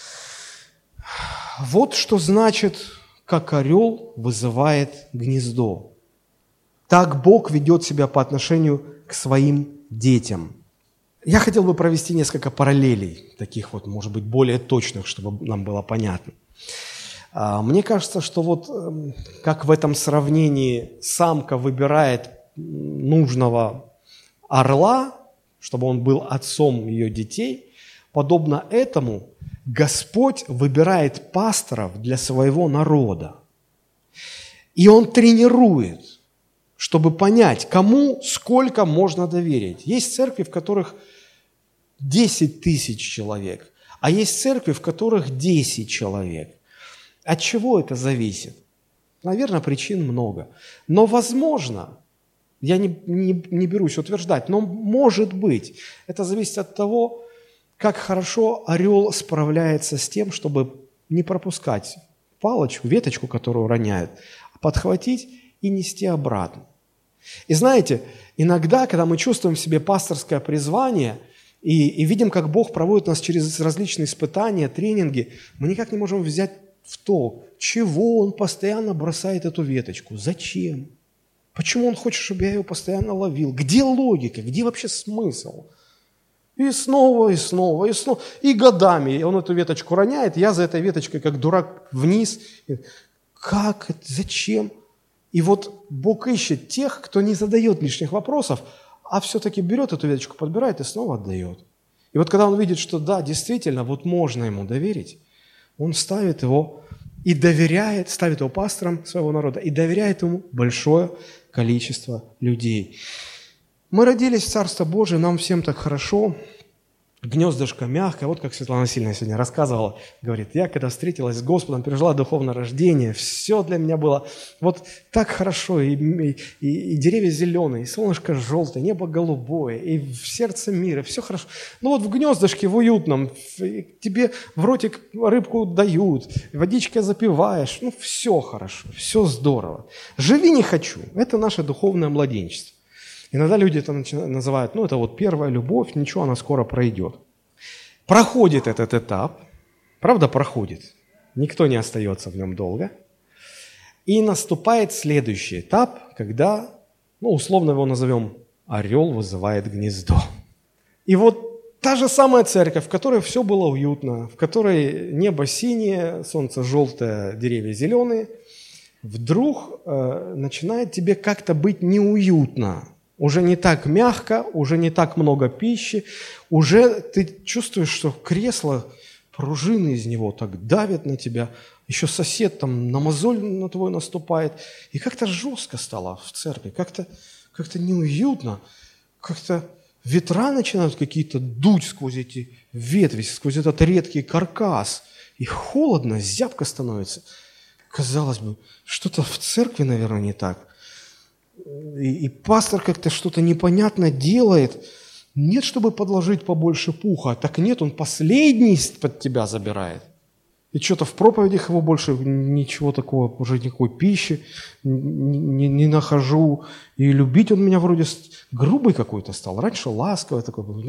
Вот что значит, как орел вызывает гнездо. Так Бог ведет себя по отношению к своим детям. Я хотел бы провести несколько параллелей, таких вот, может быть, более точных, чтобы нам было понятно. Мне кажется, что вот как в этом сравнении самка выбирает нужного орла, чтобы он был отцом ее детей, подобно этому Господь выбирает пасторов для своего народа. И Он тренирует, чтобы понять, кому сколько можно доверить. Есть церкви, в которых 10 тысяч человек, а есть церкви, в которых 10 человек. От чего это зависит? Наверное, причин много. Но, возможно, я не берусь утверждать, но может быть, это зависит от того, как хорошо орел справляется с тем, чтобы не пропускать палочку, веточку, которую роняют, а подхватить и нести обратно. И знаете, иногда, когда мы чувствуем в себе пасторское призвание и видим, как Бог проводит нас через различные испытания, тренинги, мы никак не можем взять в толк, чего Он постоянно бросает эту веточку, зачем, почему Он хочет, чтобы я ее постоянно ловил, где логика, где вообще смысл? И снова, и снова, и снова, и годами Он эту веточку роняет, я за этой веточкой, как дурак, вниз. Как это, зачем? И вот Бог ищет тех, кто не задает лишних вопросов, а все-таки берет эту веточку, подбирает и снова отдает. И вот когда он видит, что да, действительно, вот можно ему доверить, он ставит его и доверяет, ставит его пастором своего народа и доверяет ему большое количество людей. Мы родились в Царство Божие, нам всем так хорошо, гнездышко мягкое. Вот как Светлана Васильевна сегодня рассказывала, говорит, я когда встретилась с Господом, пережила духовное рождение, все для меня было вот так хорошо, и деревья зеленые, и солнышко желтое, небо голубое, и в сердце мира, все хорошо. Ну вот в гнездышке, в уютном, тебе в ротик рыбку дают, водичкой запиваешь, ну все хорошо, все здорово. Живи не хочу, это наше духовное младенчество. Иногда люди это называют, ну это вот первая любовь, ничего, она скоро пройдет. Проходит этот этап, правда проходит, никто не остается в нем долго. И наступает следующий этап, когда, условно его назовем, орел вызывает гнездо. И вот та же самая церковь, в которой все было уютно, в которой небо синее, солнце желтое, деревья зеленые, вдруг начинает тебе как-то быть неуютно. Уже не так мягко, уже не так много пищи, уже ты чувствуешь, что кресло, пружины из него так давят на тебя, еще сосед там на мозоль на твой наступает, и как-то жестко стало в церкви, как-то неуютно, как-то ветра начинают какие-то дуть сквозь эти ветви, сквозь этот редкий каркас, и холодно, зябко становится. Казалось бы, что-то в церкви, наверное, не так. И пастор как-то что-то непонятно делает. Нет, чтобы подложить побольше пуха. Так нет, он последний под тебя забирает. И что-то в проповедях его больше ничего такого, уже никакой пищи не нахожу. И любить он меня вроде грубый какой-то стал. Раньше ласковый такой был.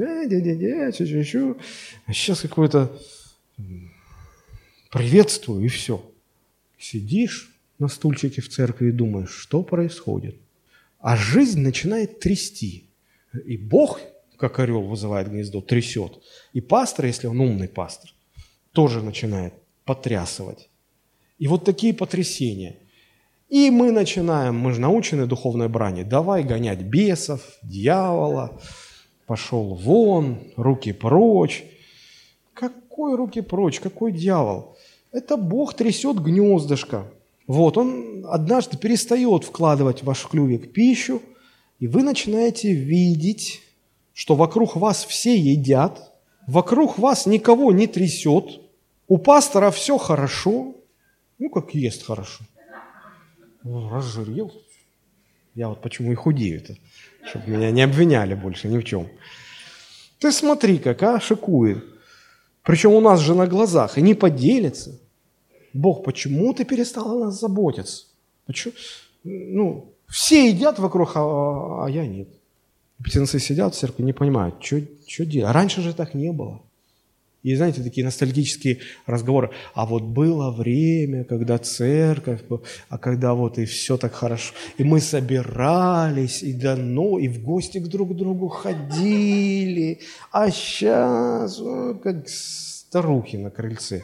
А сейчас какой-то приветствую и все. Сидишь на стульчике в церкви и думаешь, что происходит. А жизнь начинает трясти. И Бог, как орел вызывает гнездо, трясет. И пастор, если он умный пастор, тоже начинает потрясывать. И вот такие потрясения. И мы же научены духовной брани, давай гонять бесов, дьявола, пошел вон, руки прочь. Какой руки прочь, какой дьявол? Это Бог трясет гнездышко. Вот, он однажды перестает вкладывать в ваш клювик пищу, и вы начинаете видеть, что вокруг вас все едят, вокруг вас никого не трясет, у пастора все хорошо, как ест хорошо. Разжирел. Я вот почему и худею-то, чтобы меня не обвиняли больше ни в чем. Ты смотри, как, шикует. Причем у нас же на глазах, и не поделится. Бог, почему ты перестал о нас заботиться? Почему? Все едят вокруг, а я нет. Птенцы сидят в церкви, не понимают, что делать. А раньше же так не было. И знаете, такие ностальгические разговоры. А вот было время, когда церковь, а когда вот и все так хорошо. И мы собирались, и и в гости друг к другу ходили. А сейчас, как старухи на крыльце.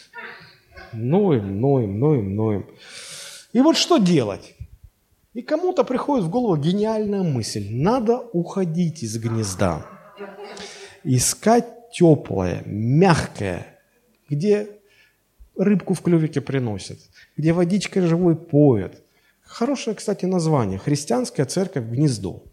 Ноем. И вот что делать? И кому-то приходит в голову гениальная мысль. Надо уходить из гнезда. Искать теплое, мягкое, где рыбку в клювике приносят, где водичкой живой поют. Хорошее, кстати, название. Христианская церковь «Гнездо».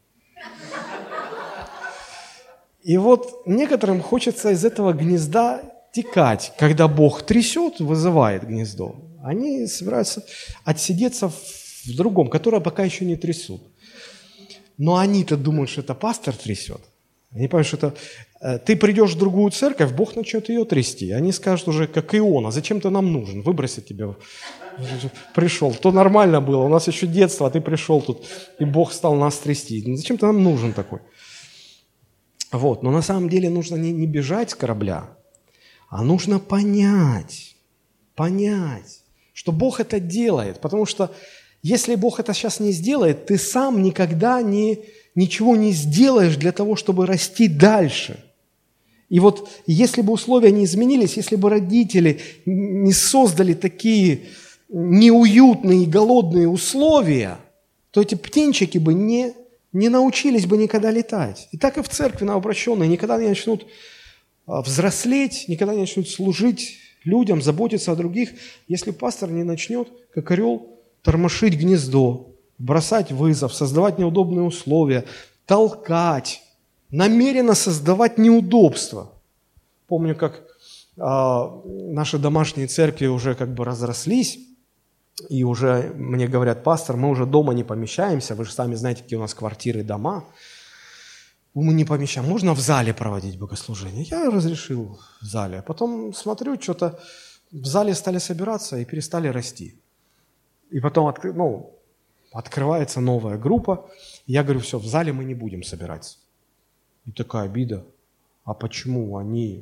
И вот некоторым хочется из этого гнезда текать. Когда Бог трясет, вызывает гнездо, они собираются отсидеться в другом, которое пока еще не трясут. Но они-то думают, что это пастор трясет. Они понимают, что это... Ты придешь в другую церковь, Бог начнет ее трясти. Они скажут уже, как Иона, зачем ты нам нужен? Выбросить тебя. Пришел. То нормально было, у нас еще детство, а ты пришел тут, и Бог стал нас трясти. Зачем ты нам нужен такой? Вот. Но на самом деле нужно не бежать с корабля, а нужно понять, что Бог это делает. Потому что если Бог это сейчас не сделает, ты сам никогда ничего не сделаешь для того, чтобы расти дальше. И вот если бы условия не изменились, если бы родители не создали такие неуютные и голодные условия, то эти птенчики бы не научились бы никогда летать. И так и в церкви новообращенные никогда не начнут взрослеть, никогда не начнут служить людям, заботиться о других, если пастор не начнет, как орел, тормошить гнездо, бросать вызов, создавать неудобные условия, толкать, намеренно создавать неудобства. Помню, как наши домашние церкви уже как бы разрослись, и уже мне говорят: пастор, мы уже дома не помещаемся, вы же сами знаете, какие у нас квартиры, дома. Мы не помещаем, можно в зале проводить богослужение? Я разрешил в зале. А потом смотрю, что-то в зале стали собираться и перестали расти. И потом открывается новая группа. Я говорю: все, в зале мы не будем собираться. И такая обида. А почему они?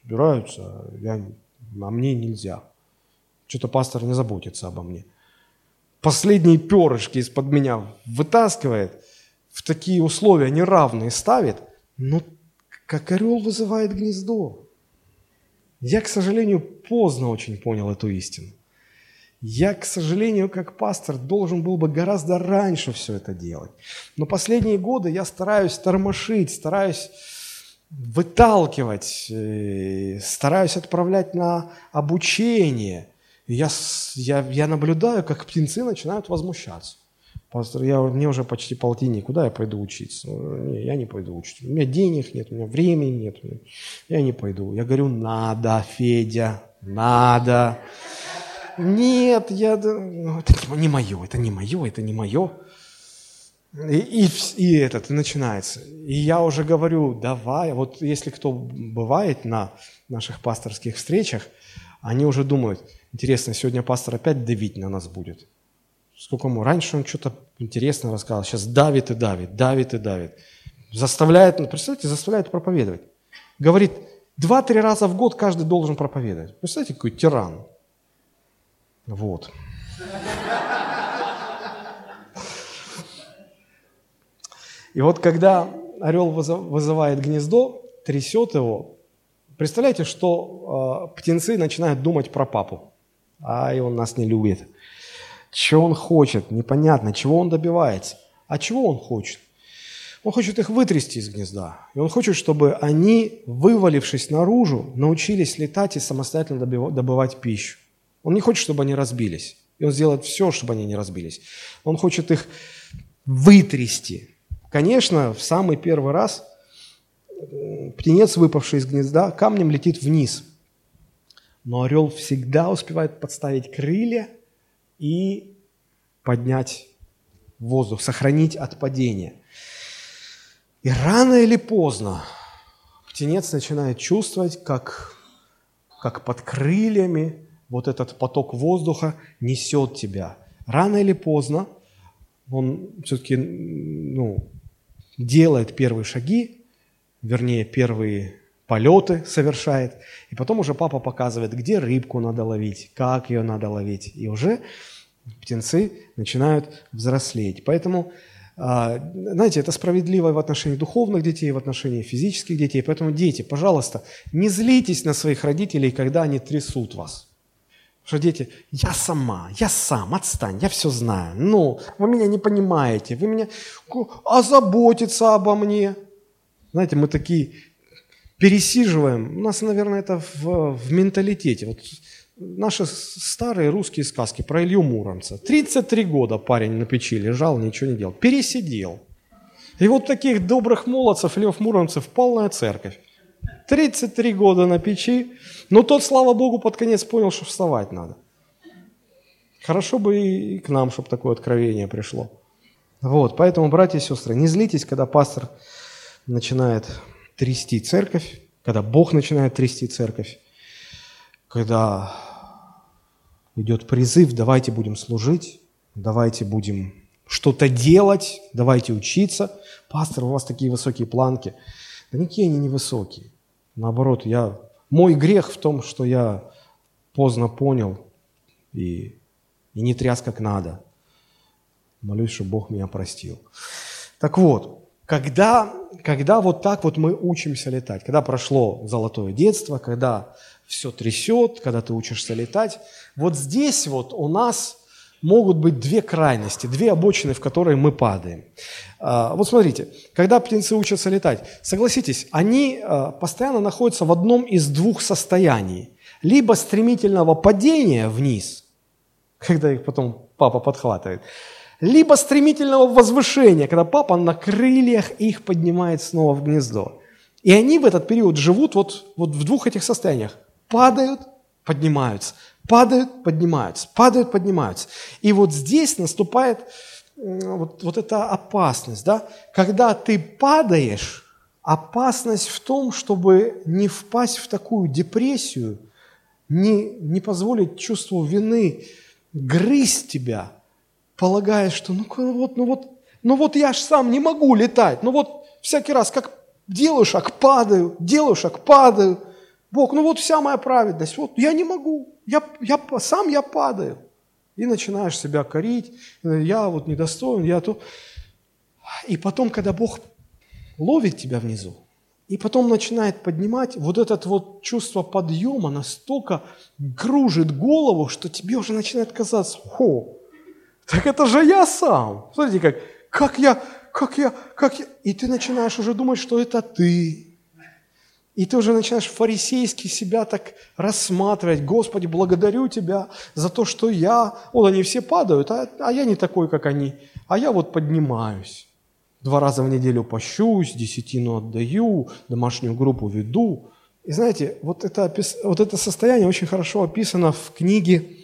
собираются, а мне нельзя. Что-то пастор не заботится обо мне. Последние перышки из-под меня вытаскивает, в такие условия неравные ставит, но как орел вызывает гнездо. Я, к сожалению, поздно очень понял эту истину. Я, к сожалению, как пастор, должен был бы гораздо раньше все это делать. Но последние годы я стараюсь тормошить, стараюсь выталкивать, стараюсь отправлять на обучение. И я наблюдаю, как птенцы начинают возмущаться. Пастор, мне уже почти полтинник, куда я пойду учиться? Не, я не пойду учиться. У меня денег нет, у меня времени нет. Я не пойду. Я говорю, надо, Федя, надо. Нет, это не мое, это не мое, это не мое. И начинается. И я уже говорю, давай, вот если кто бывает на наших пасторских встречах, они уже думают, интересно, сегодня пастор опять давить на нас будет. Сколько ему? Раньше он что-то интересное рассказывал, сейчас давит и давит, давит и давит. Заставляет, представляете, заставляет проповедовать. Говорит, 2-3 раза в год каждый должен проповедовать. Представляете, какой тиран. Вот. И вот когда орел вызывает гнездо, трясет его, представляете, что птенцы начинают думать про папу. Ай, он нас не любит. Чего он хочет? Непонятно. Чего он добивается? А чего он хочет? Он хочет их вытрясти из гнезда. И он хочет, чтобы они, вывалившись наружу, научились летать и самостоятельно добывать пищу. Он не хочет, чтобы они разбились. И он сделает все, чтобы они не разбились. Он хочет их вытрясти. Конечно, в самый первый раз птенец, выпавший из гнезда, камнем летит вниз. Но орел всегда успевает подставить крылья и поднять воздух, сохранить от падения. И рано или поздно птенец начинает чувствовать, как под крыльями вот этот поток воздуха несет тебя. Рано или поздно он все-таки делает первые шаги, вернее, первые полеты совершает, и потом уже папа показывает, где рыбку надо ловить, как ее надо ловить, и уже птенцы начинают взрослеть. Поэтому, знаете, это справедливо и в отношении духовных детей, и в отношении физических детей. Поэтому, дети, пожалуйста, не злитесь на своих родителей, когда они трясут вас. Потому что дети, я сам, отстань, я все знаю. Вы меня не понимаете, вы меня озаботиться обо мне. Знаете, мы такие пересиживаем. У нас, наверное, это в менталитете. Вот наши старые русские сказки про Илью Муромца. 33 года парень на печи лежал, ничего не делал. Пересидел. И вот таких добрых молодцев, Лев Муромцев, полная церковь. 33 года на печи. Но тот, слава Богу, под конец понял, что вставать надо. Хорошо бы и к нам, чтобы такое откровение пришло. Вот, поэтому, братья и сестры, не злитесь, когда пастор начинает трясти церковь, когда Бог начинает трясти церковь, когда идет призыв, давайте будем служить, давайте будем что-то делать, давайте учиться. Пастор, у вас такие высокие планки. Да никакие они не высокие. Наоборот, мой грех в том, что я поздно понял и не тряс как надо. Молюсь, чтобы Бог меня простил. Так вот, когда вот так вот мы учимся летать, когда прошло золотое детство, когда все трясет, когда ты учишься летать, вот здесь вот у нас могут быть две крайности, две обочины, в которые мы падаем. Вот смотрите, когда птенцы учатся летать, согласитесь, они постоянно находятся в одном из двух состояний. Либо стремительного падения вниз, когда их потом папа подхватывает, либо стремительного возвышения, когда папа на крыльях их поднимает снова в гнездо. И они в этот период живут вот в двух этих состояниях. Падают, поднимаются, падают, поднимаются, падают, поднимаются. И вот здесь наступает вот эта опасность, да? Когда ты падаешь, опасность в том, чтобы не впасть в такую депрессию, не позволить чувству вины грызть тебя, полагая, что ну вот я ж сам не могу летать, ну вот всякий раз как делаю шаг, падаю, Бог, ну вот вся моя праведность, вот я не могу, сам я падаю. И начинаешь себя корить, я вот недостоин, я то. И потом, когда Бог ловит тебя внизу, и потом начинает поднимать, вот это вот чувство подъема настолько кружит голову, что тебе уже начинает казаться, так это же я сам. Смотрите, как я. И ты начинаешь уже думать, что это ты. И ты уже начинаешь фарисейски себя так рассматривать. Господи, благодарю Тебя за то, что я... Вот они все падают, а я не такой, как они. А я вот поднимаюсь. 2 раза в неделю пощусь, 10 отдаю, домашнюю группу веду. И знаете, вот это состояние очень хорошо описано в книге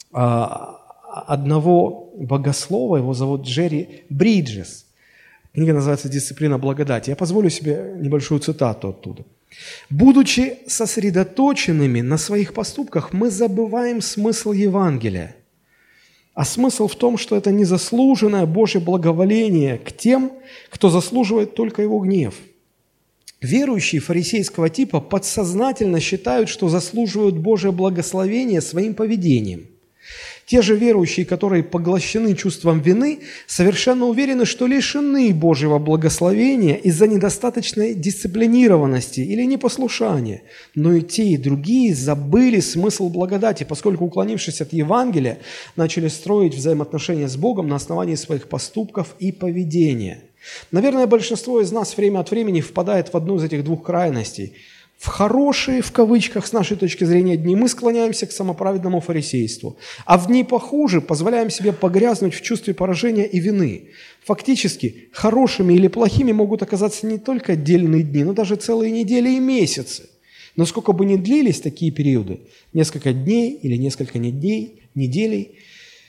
одного богослова, его зовут Джерри Бриджес. Книга называется «Дисциплина благодати». Я позволю себе небольшую цитату оттуда. «Будучи сосредоточенными на своих поступках, мы забываем смысл Евангелия. А смысл в том, что это незаслуженное Божье благоволение к тем, кто заслуживает только его гнев. Верующие фарисейского типа подсознательно считают, что заслуживают Божье благословение своим поведением. Те же верующие, которые поглощены чувством вины, совершенно уверены, что лишены Божьего благословения из-за недостаточной дисциплинированности или непослушания. Но и те, и другие забыли смысл благодати, поскольку, уклонившись от Евангелия, начали строить взаимоотношения с Богом на основании своих поступков и поведения. Наверное, большинство из нас время от времени впадает в одну из этих двух крайностей. В хорошие, в кавычках, с нашей точки зрения, дни мы склоняемся к самоправедному фарисейству, а в дни похуже позволяем себе погрязнуть в чувстве поражения и вины. Фактически, хорошими или плохими могут оказаться не только отдельные дни, но даже целые недели и месяцы. Но сколько бы ни длились такие периоды, несколько дней или несколько неделей,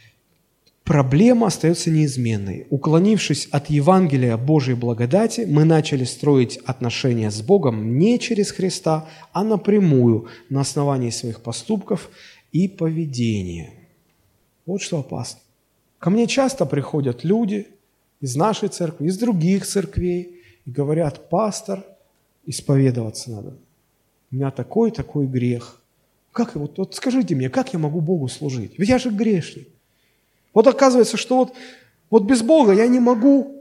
проблема остается неизменной. Уклонившись от Евангелия Божьей благодати, мы начали строить отношения с Богом не через Христа, а напрямую, на основании своих поступков и поведения. Вот что опасно. Ко мне часто приходят люди из нашей церкви, из других церквей, и говорят: пастор, исповедоваться надо. У меня такой грех. Вот скажите мне, как я могу Богу служить? Ведь я же грешник. Вот оказывается, что вот без Бога я не могу,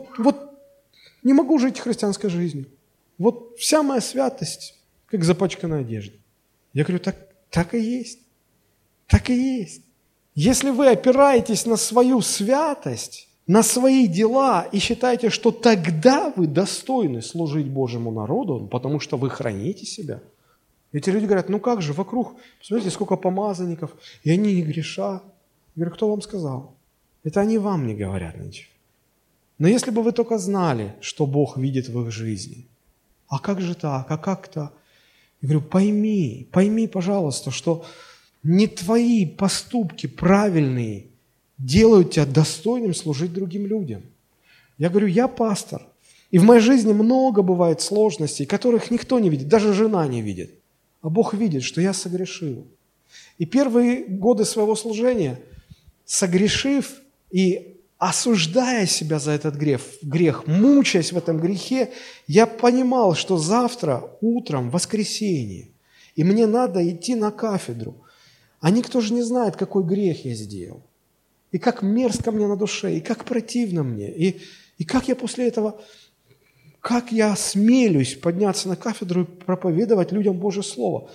не могу жить христианской жизнью. Вот вся моя святость, как запачканная одежда. Я говорю, так и есть. Так и есть. Если вы опираетесь на свою святость, на свои дела и считаете, что тогда вы достойны служить Божьему народу, потому что вы храните себя. Эти люди говорят, ну как же, вокруг, посмотрите, сколько помазанников, и они не грешат. Я говорю, кто вам сказал? Это они вам не говорят ничего. Но если бы вы только знали, что Бог видит в их жизни, а как же так, а как так? Я говорю, пойми, пожалуйста, что не твои поступки правильные делают тебя достойным служить другим людям. Я говорю, я пастор, и в моей жизни много бывает сложностей, которых никто не видит, даже жена не видит. А Бог видит, что я согрешил. И первые годы своего служения, согрешив и осуждая себя за этот грех, мучаясь в этом грехе, я понимал, что завтра утром воскресенье, и мне надо идти на кафедру. А никто же не знает, какой грех я сделал. И как мерзко мне на душе, и как противно мне. И как я после этого, как я осмелюсь подняться на кафедру и проповедовать людям Божье Слово.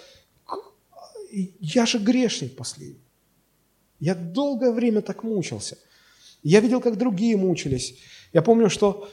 Я же грешник последний. Я долгое время так мучился. Я видел, как другие мучились. Я помню, что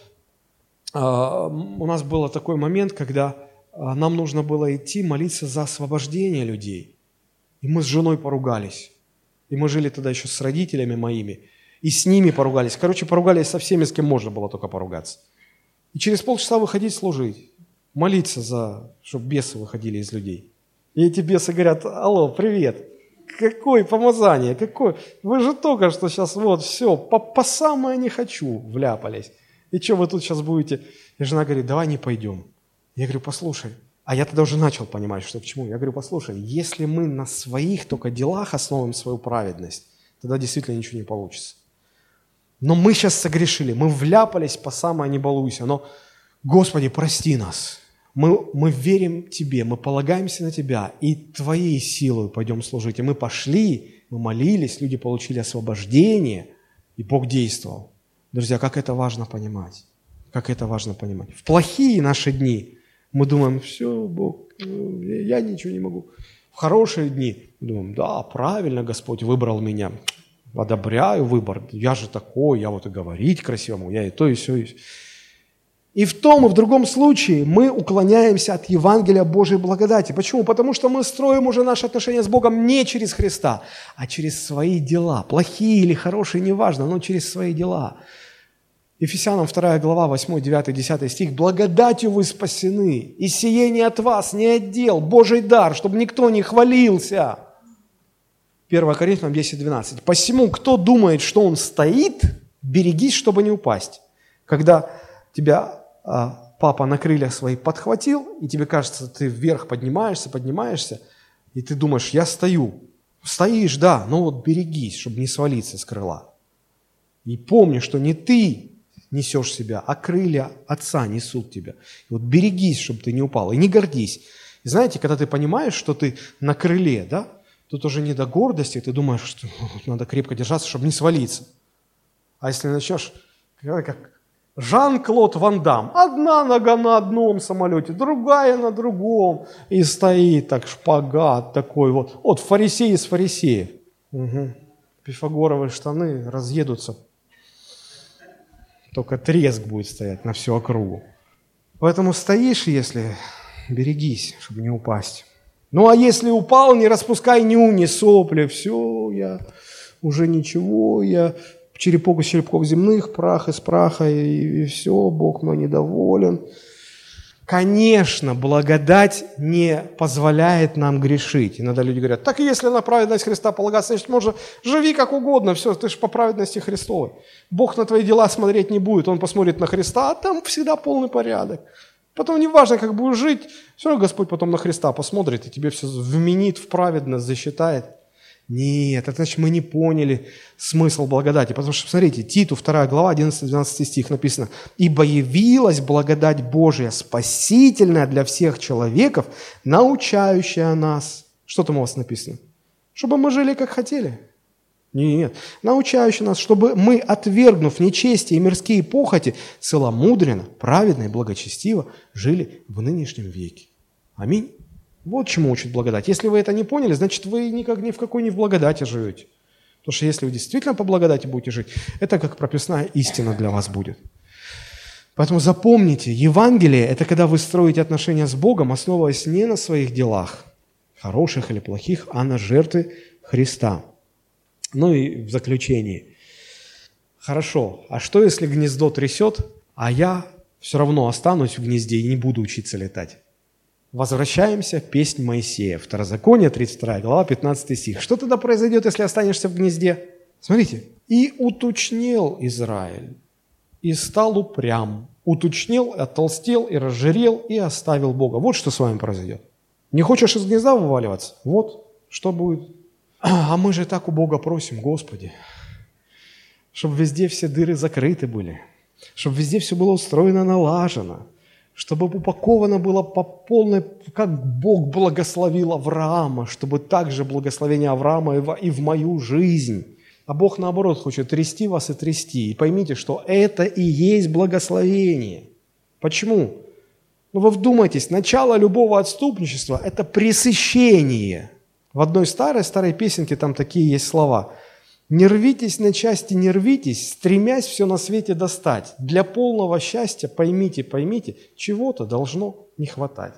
у нас был такой момент, когда нам нужно было идти молиться за освобождение людей. И мы с женой поругались. И мы жили тогда еще с родителями моими. И с ними поругались. Поругались со всеми, с кем можно было только поругаться. И через полчаса выходить служить. Молиться чтобы бесы выходили из людей. И эти бесы говорят, алло, привет. Какое помазание, какое? Вы же только что сейчас все, по самое не хочу вляпались. И что вы тут сейчас будете? И жена говорит, давай не пойдем. Я говорю, послушай. А я тогда уже начал понимать, что к чему. Я говорю, послушай, если мы на своих только делах основываем свою праведность, тогда действительно ничего не получится. Но мы сейчас согрешили, мы вляпались по самое не балуйся. Но, Господи, прости нас. Мы верим Тебе, мы полагаемся на Тебя, и Твоей силой пойдем служить. И мы пошли, мы молились, люди получили освобождение, и Бог действовал. Друзья, как это важно понимать. Как это важно понимать. В плохие наши дни мы думаем, все, Бог, я ничего не могу. В хорошие дни мы думаем, да, правильно Господь выбрал меня. Одобряю выбор. Я же такой, я вот и говорить красиво могу, я и то, и все. И в том, и в другом случае мы уклоняемся от Евангелия Божьей благодати. Почему? Потому что мы строим уже наши отношения с Богом не через Христа, а через свои дела. Плохие или хорошие, неважно, но через свои дела. Ефесянам 2 глава, 8, 9, 10 стих. «Благодатью вы спасены, и сие не от вас, не от дел, Божий дар, чтобы никто не хвалился». 1 Коринфянам 10, 12. «Посему, кто думает, что он стоит, берегись, чтобы не упасть». Когда тебя папа на крыльях своих подхватил, и тебе кажется, ты вверх поднимаешься, и ты думаешь, я стою. Стоишь, да, но вот берегись, чтобы не свалиться с крыла. И помни, что не ты несешь себя, а крылья Отца несут тебя. И вот берегись, чтобы ты не упал, и не гордись. И знаете, когда ты понимаешь, что ты на крыле, да, тут уже не до гордости, ты думаешь, что надо крепко держаться, чтобы не свалиться. А если начнешь, как Жан-Клод Ван Дам, одна нога на одном самолете, другая на другом, и стоит так шпагат такой вот. Вот фарисей из фарисеев. Угу. Пифагоровые штаны разъедутся. Только треск будет стоять на всю округу. Поэтому стоишь, если берегись, чтобы не упасть. Ну а если упал, не распускай нюни, сопли. Все, я уже ничего, я черепок из черепков земных, прах из праха, и все, Бог мой недоволен. Конечно, благодать не позволяет нам грешить. Иногда люди говорят, так если на праведность Христа полагаться, значит, можно живи как угодно, все, ты же по праведности Христовой. Бог на твои дела смотреть не будет, Он посмотрит на Христа, а там всегда полный порядок. Потом неважно, как будешь жить, все равно Господь потом на Христа посмотрит и тебе все вменит в праведность, засчитает. Нет, это значит, мы не поняли смысл благодати. Потому что, смотрите, Титу, 2 глава, 11-12 стих написано. «Ибо явилась благодать Божия, спасительная для всех человеков, научающая нас». Что там у вас написано? Чтобы мы жили, как хотели? Нет. Научающая нас, чтобы мы, отвергнув нечестие и мирские похоти, целомудренно, праведно и благочестиво жили в нынешнем веке. Аминь. Вот чему учит благодать. Если вы это не поняли, значит, вы никак ни в какой не в благодати живете. Потому что если вы действительно по благодати будете жить, это как прописная истина для вас будет. Поэтому запомните, Евангелие – это когда вы строите отношения с Богом, основываясь не на своих делах, хороших или плохих, а на жертве Христа. Ну и в заключении. Хорошо, а что если гнездо трясет, а я все равно останусь в гнезде и не буду учиться летать? Возвращаемся, песнь Моисея. Второзаконие, 32 глава, 15 стих. Что тогда произойдет, если останешься в гнезде? Смотрите. «И утучнел Израиль, и стал упрям, утучнел, оттолстел, и разжирел, и оставил Бога». Вот что с вами произойдет. Не хочешь из гнезда вываливаться? Вот что будет. А мы же так у Бога просим, Господи, чтобы везде все дыры закрыты были, чтобы везде все было устроено, налажено, чтобы упаковано было по полной, как Бог благословил Авраама, чтобы также благословение Авраама и в мою жизнь. А Бог, наоборот, хочет трясти вас и трясти. И поймите, что это и есть благословение. Почему? Ну, вы вдумайтесь, начало любого отступничества – это пресыщение. В одной старой песенке там такие есть слова. «Не рвитесь на части, не рвитесь, стремясь все на свете достать. Для полного счастья, поймите, чего-то должно не хватать».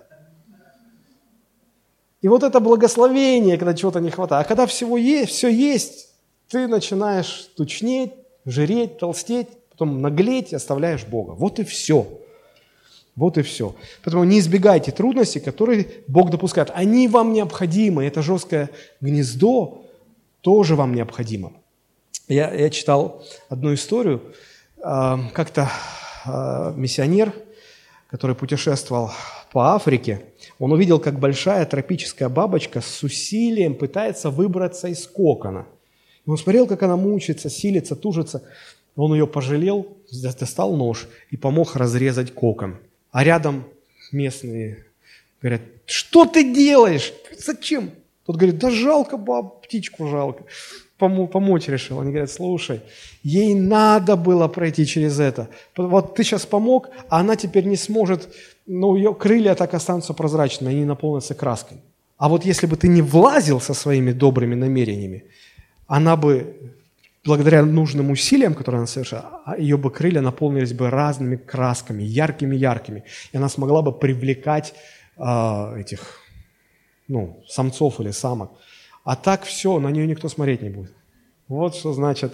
И вот это благословение, когда чего-то не хватает. А когда всего есть, все есть, ты начинаешь тучнеть, жиреть, толстеть, потом наглеть и оставляешь Бога. Вот и все. Вот и все. Поэтому не избегайте трудностей, которые Бог допускает. Они вам необходимы. Это жесткое гнездо тоже вам необходимо. Я читал одну историю. Как-то миссионер, который путешествовал по Африке, он увидел, как большая тропическая бабочка с усилием пытается выбраться из кокона. И он смотрел, как она мучается, силится, тужится. Он ее пожалел, достал нож и помог разрезать кокон. А рядом местные говорят: что ты делаешь? Зачем? Тот говорит: да жалко, птичку жалко. Помочь решил. Они говорят: слушай, ей надо было пройти через это. Вот ты сейчас помог, а она теперь не сможет, ее крылья так останутся прозрачными, они наполнятся краской. А вот если бы ты не влазил со своими добрыми намерениями, она бы, благодаря нужным усилиям, которые она совершала, ее бы крылья наполнились бы разными красками, яркими-яркими. И она смогла бы привлекать этих, самцов или самок. А так все, на нее никто смотреть не будет. Вот что значит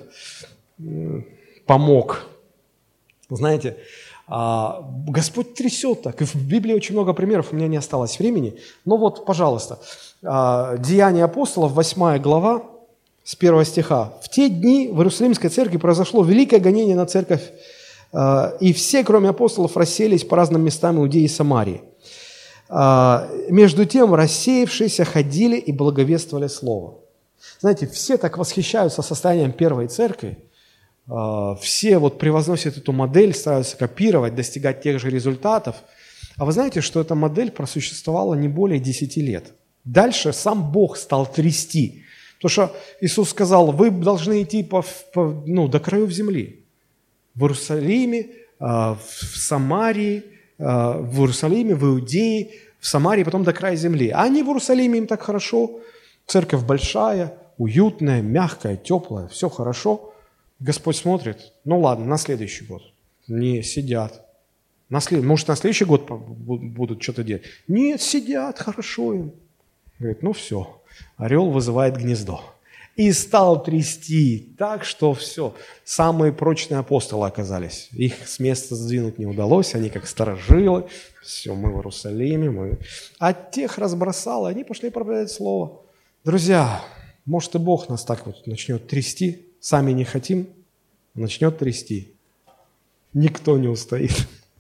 помог. Знаете, Господь трясет так. И в Библии очень много примеров, у меня не осталось времени. Но вот, пожалуйста, Деяния апостолов, 8 глава, с 1 стиха. «В те дни в Иерусалимской церкви произошло великое гонение на церковь, и все, кроме апостолов, расселись по разным местам Иудеи и Самарии. Между тем рассеявшиеся ходили и благовествовали Слово». Знаете, все так восхищаются состоянием первой церкви, все превозносят эту модель, стараются копировать, достигать тех же результатов. А вы знаете, что эта модель просуществовала не более 10 лет. Дальше сам Бог стал трясти. Потому что Иисус сказал: вы должны идти до краев земли. В Иерусалиме, в Самарии, в Иерусалиме, в Иудее, в Самарии, потом до края земли. А они в Иерусалиме, им так хорошо. Церковь большая, уютная, мягкая, теплая, все хорошо. Господь смотрит: ладно, на следующий год. Не сидят. Может, на следующий год будут что-то делать? Нет, сидят, хорошо им. Говорит: все, орел вызывает гнездо. И стал трясти так, что все, самые прочные апостолы оказались. Их с места сдвинуть не удалось, они как старожилы. Все, мы в Иерусалиме. А тех разбросало, они пошли проповедовать Слово. Друзья, может, и Бог нас так начнет трясти. Сами не хотим, начнет трясти. Никто не устоит.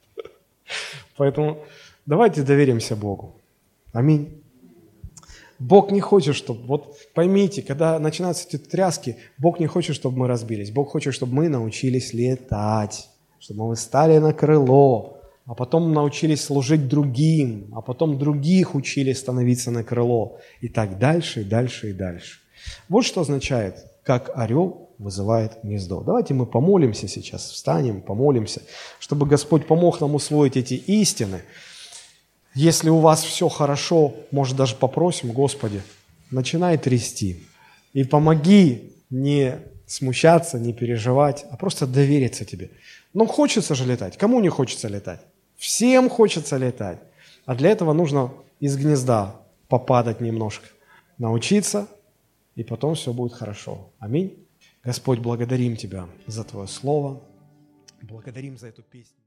Поэтому давайте доверимся Богу. Аминь. Бог не хочет, чтобы... поймите, когда начинаются эти тряски, Бог не хочет, чтобы мы разбились. Бог хочет, чтобы мы научились летать, чтобы мы встали на крыло, а потом научились служить другим, а потом других учили становиться на крыло. И так дальше, и дальше, и дальше. Вот что означает, как орел вызывает гнездо. Давайте мы помолимся сейчас, встанем, помолимся, чтобы Господь помог нам усвоить эти истины. Если у вас все хорошо, может, даже попросим: Господи, начинай трясти. И помоги не смущаться, не переживать, а просто довериться Тебе. Хочется же летать. Кому не хочется летать? Всем хочется летать. А для этого нужно из гнезда попадать немножко, научиться, и потом все будет хорошо. Аминь. Господь, благодарим Тебя за Твое Слово, благодарим за эту песню.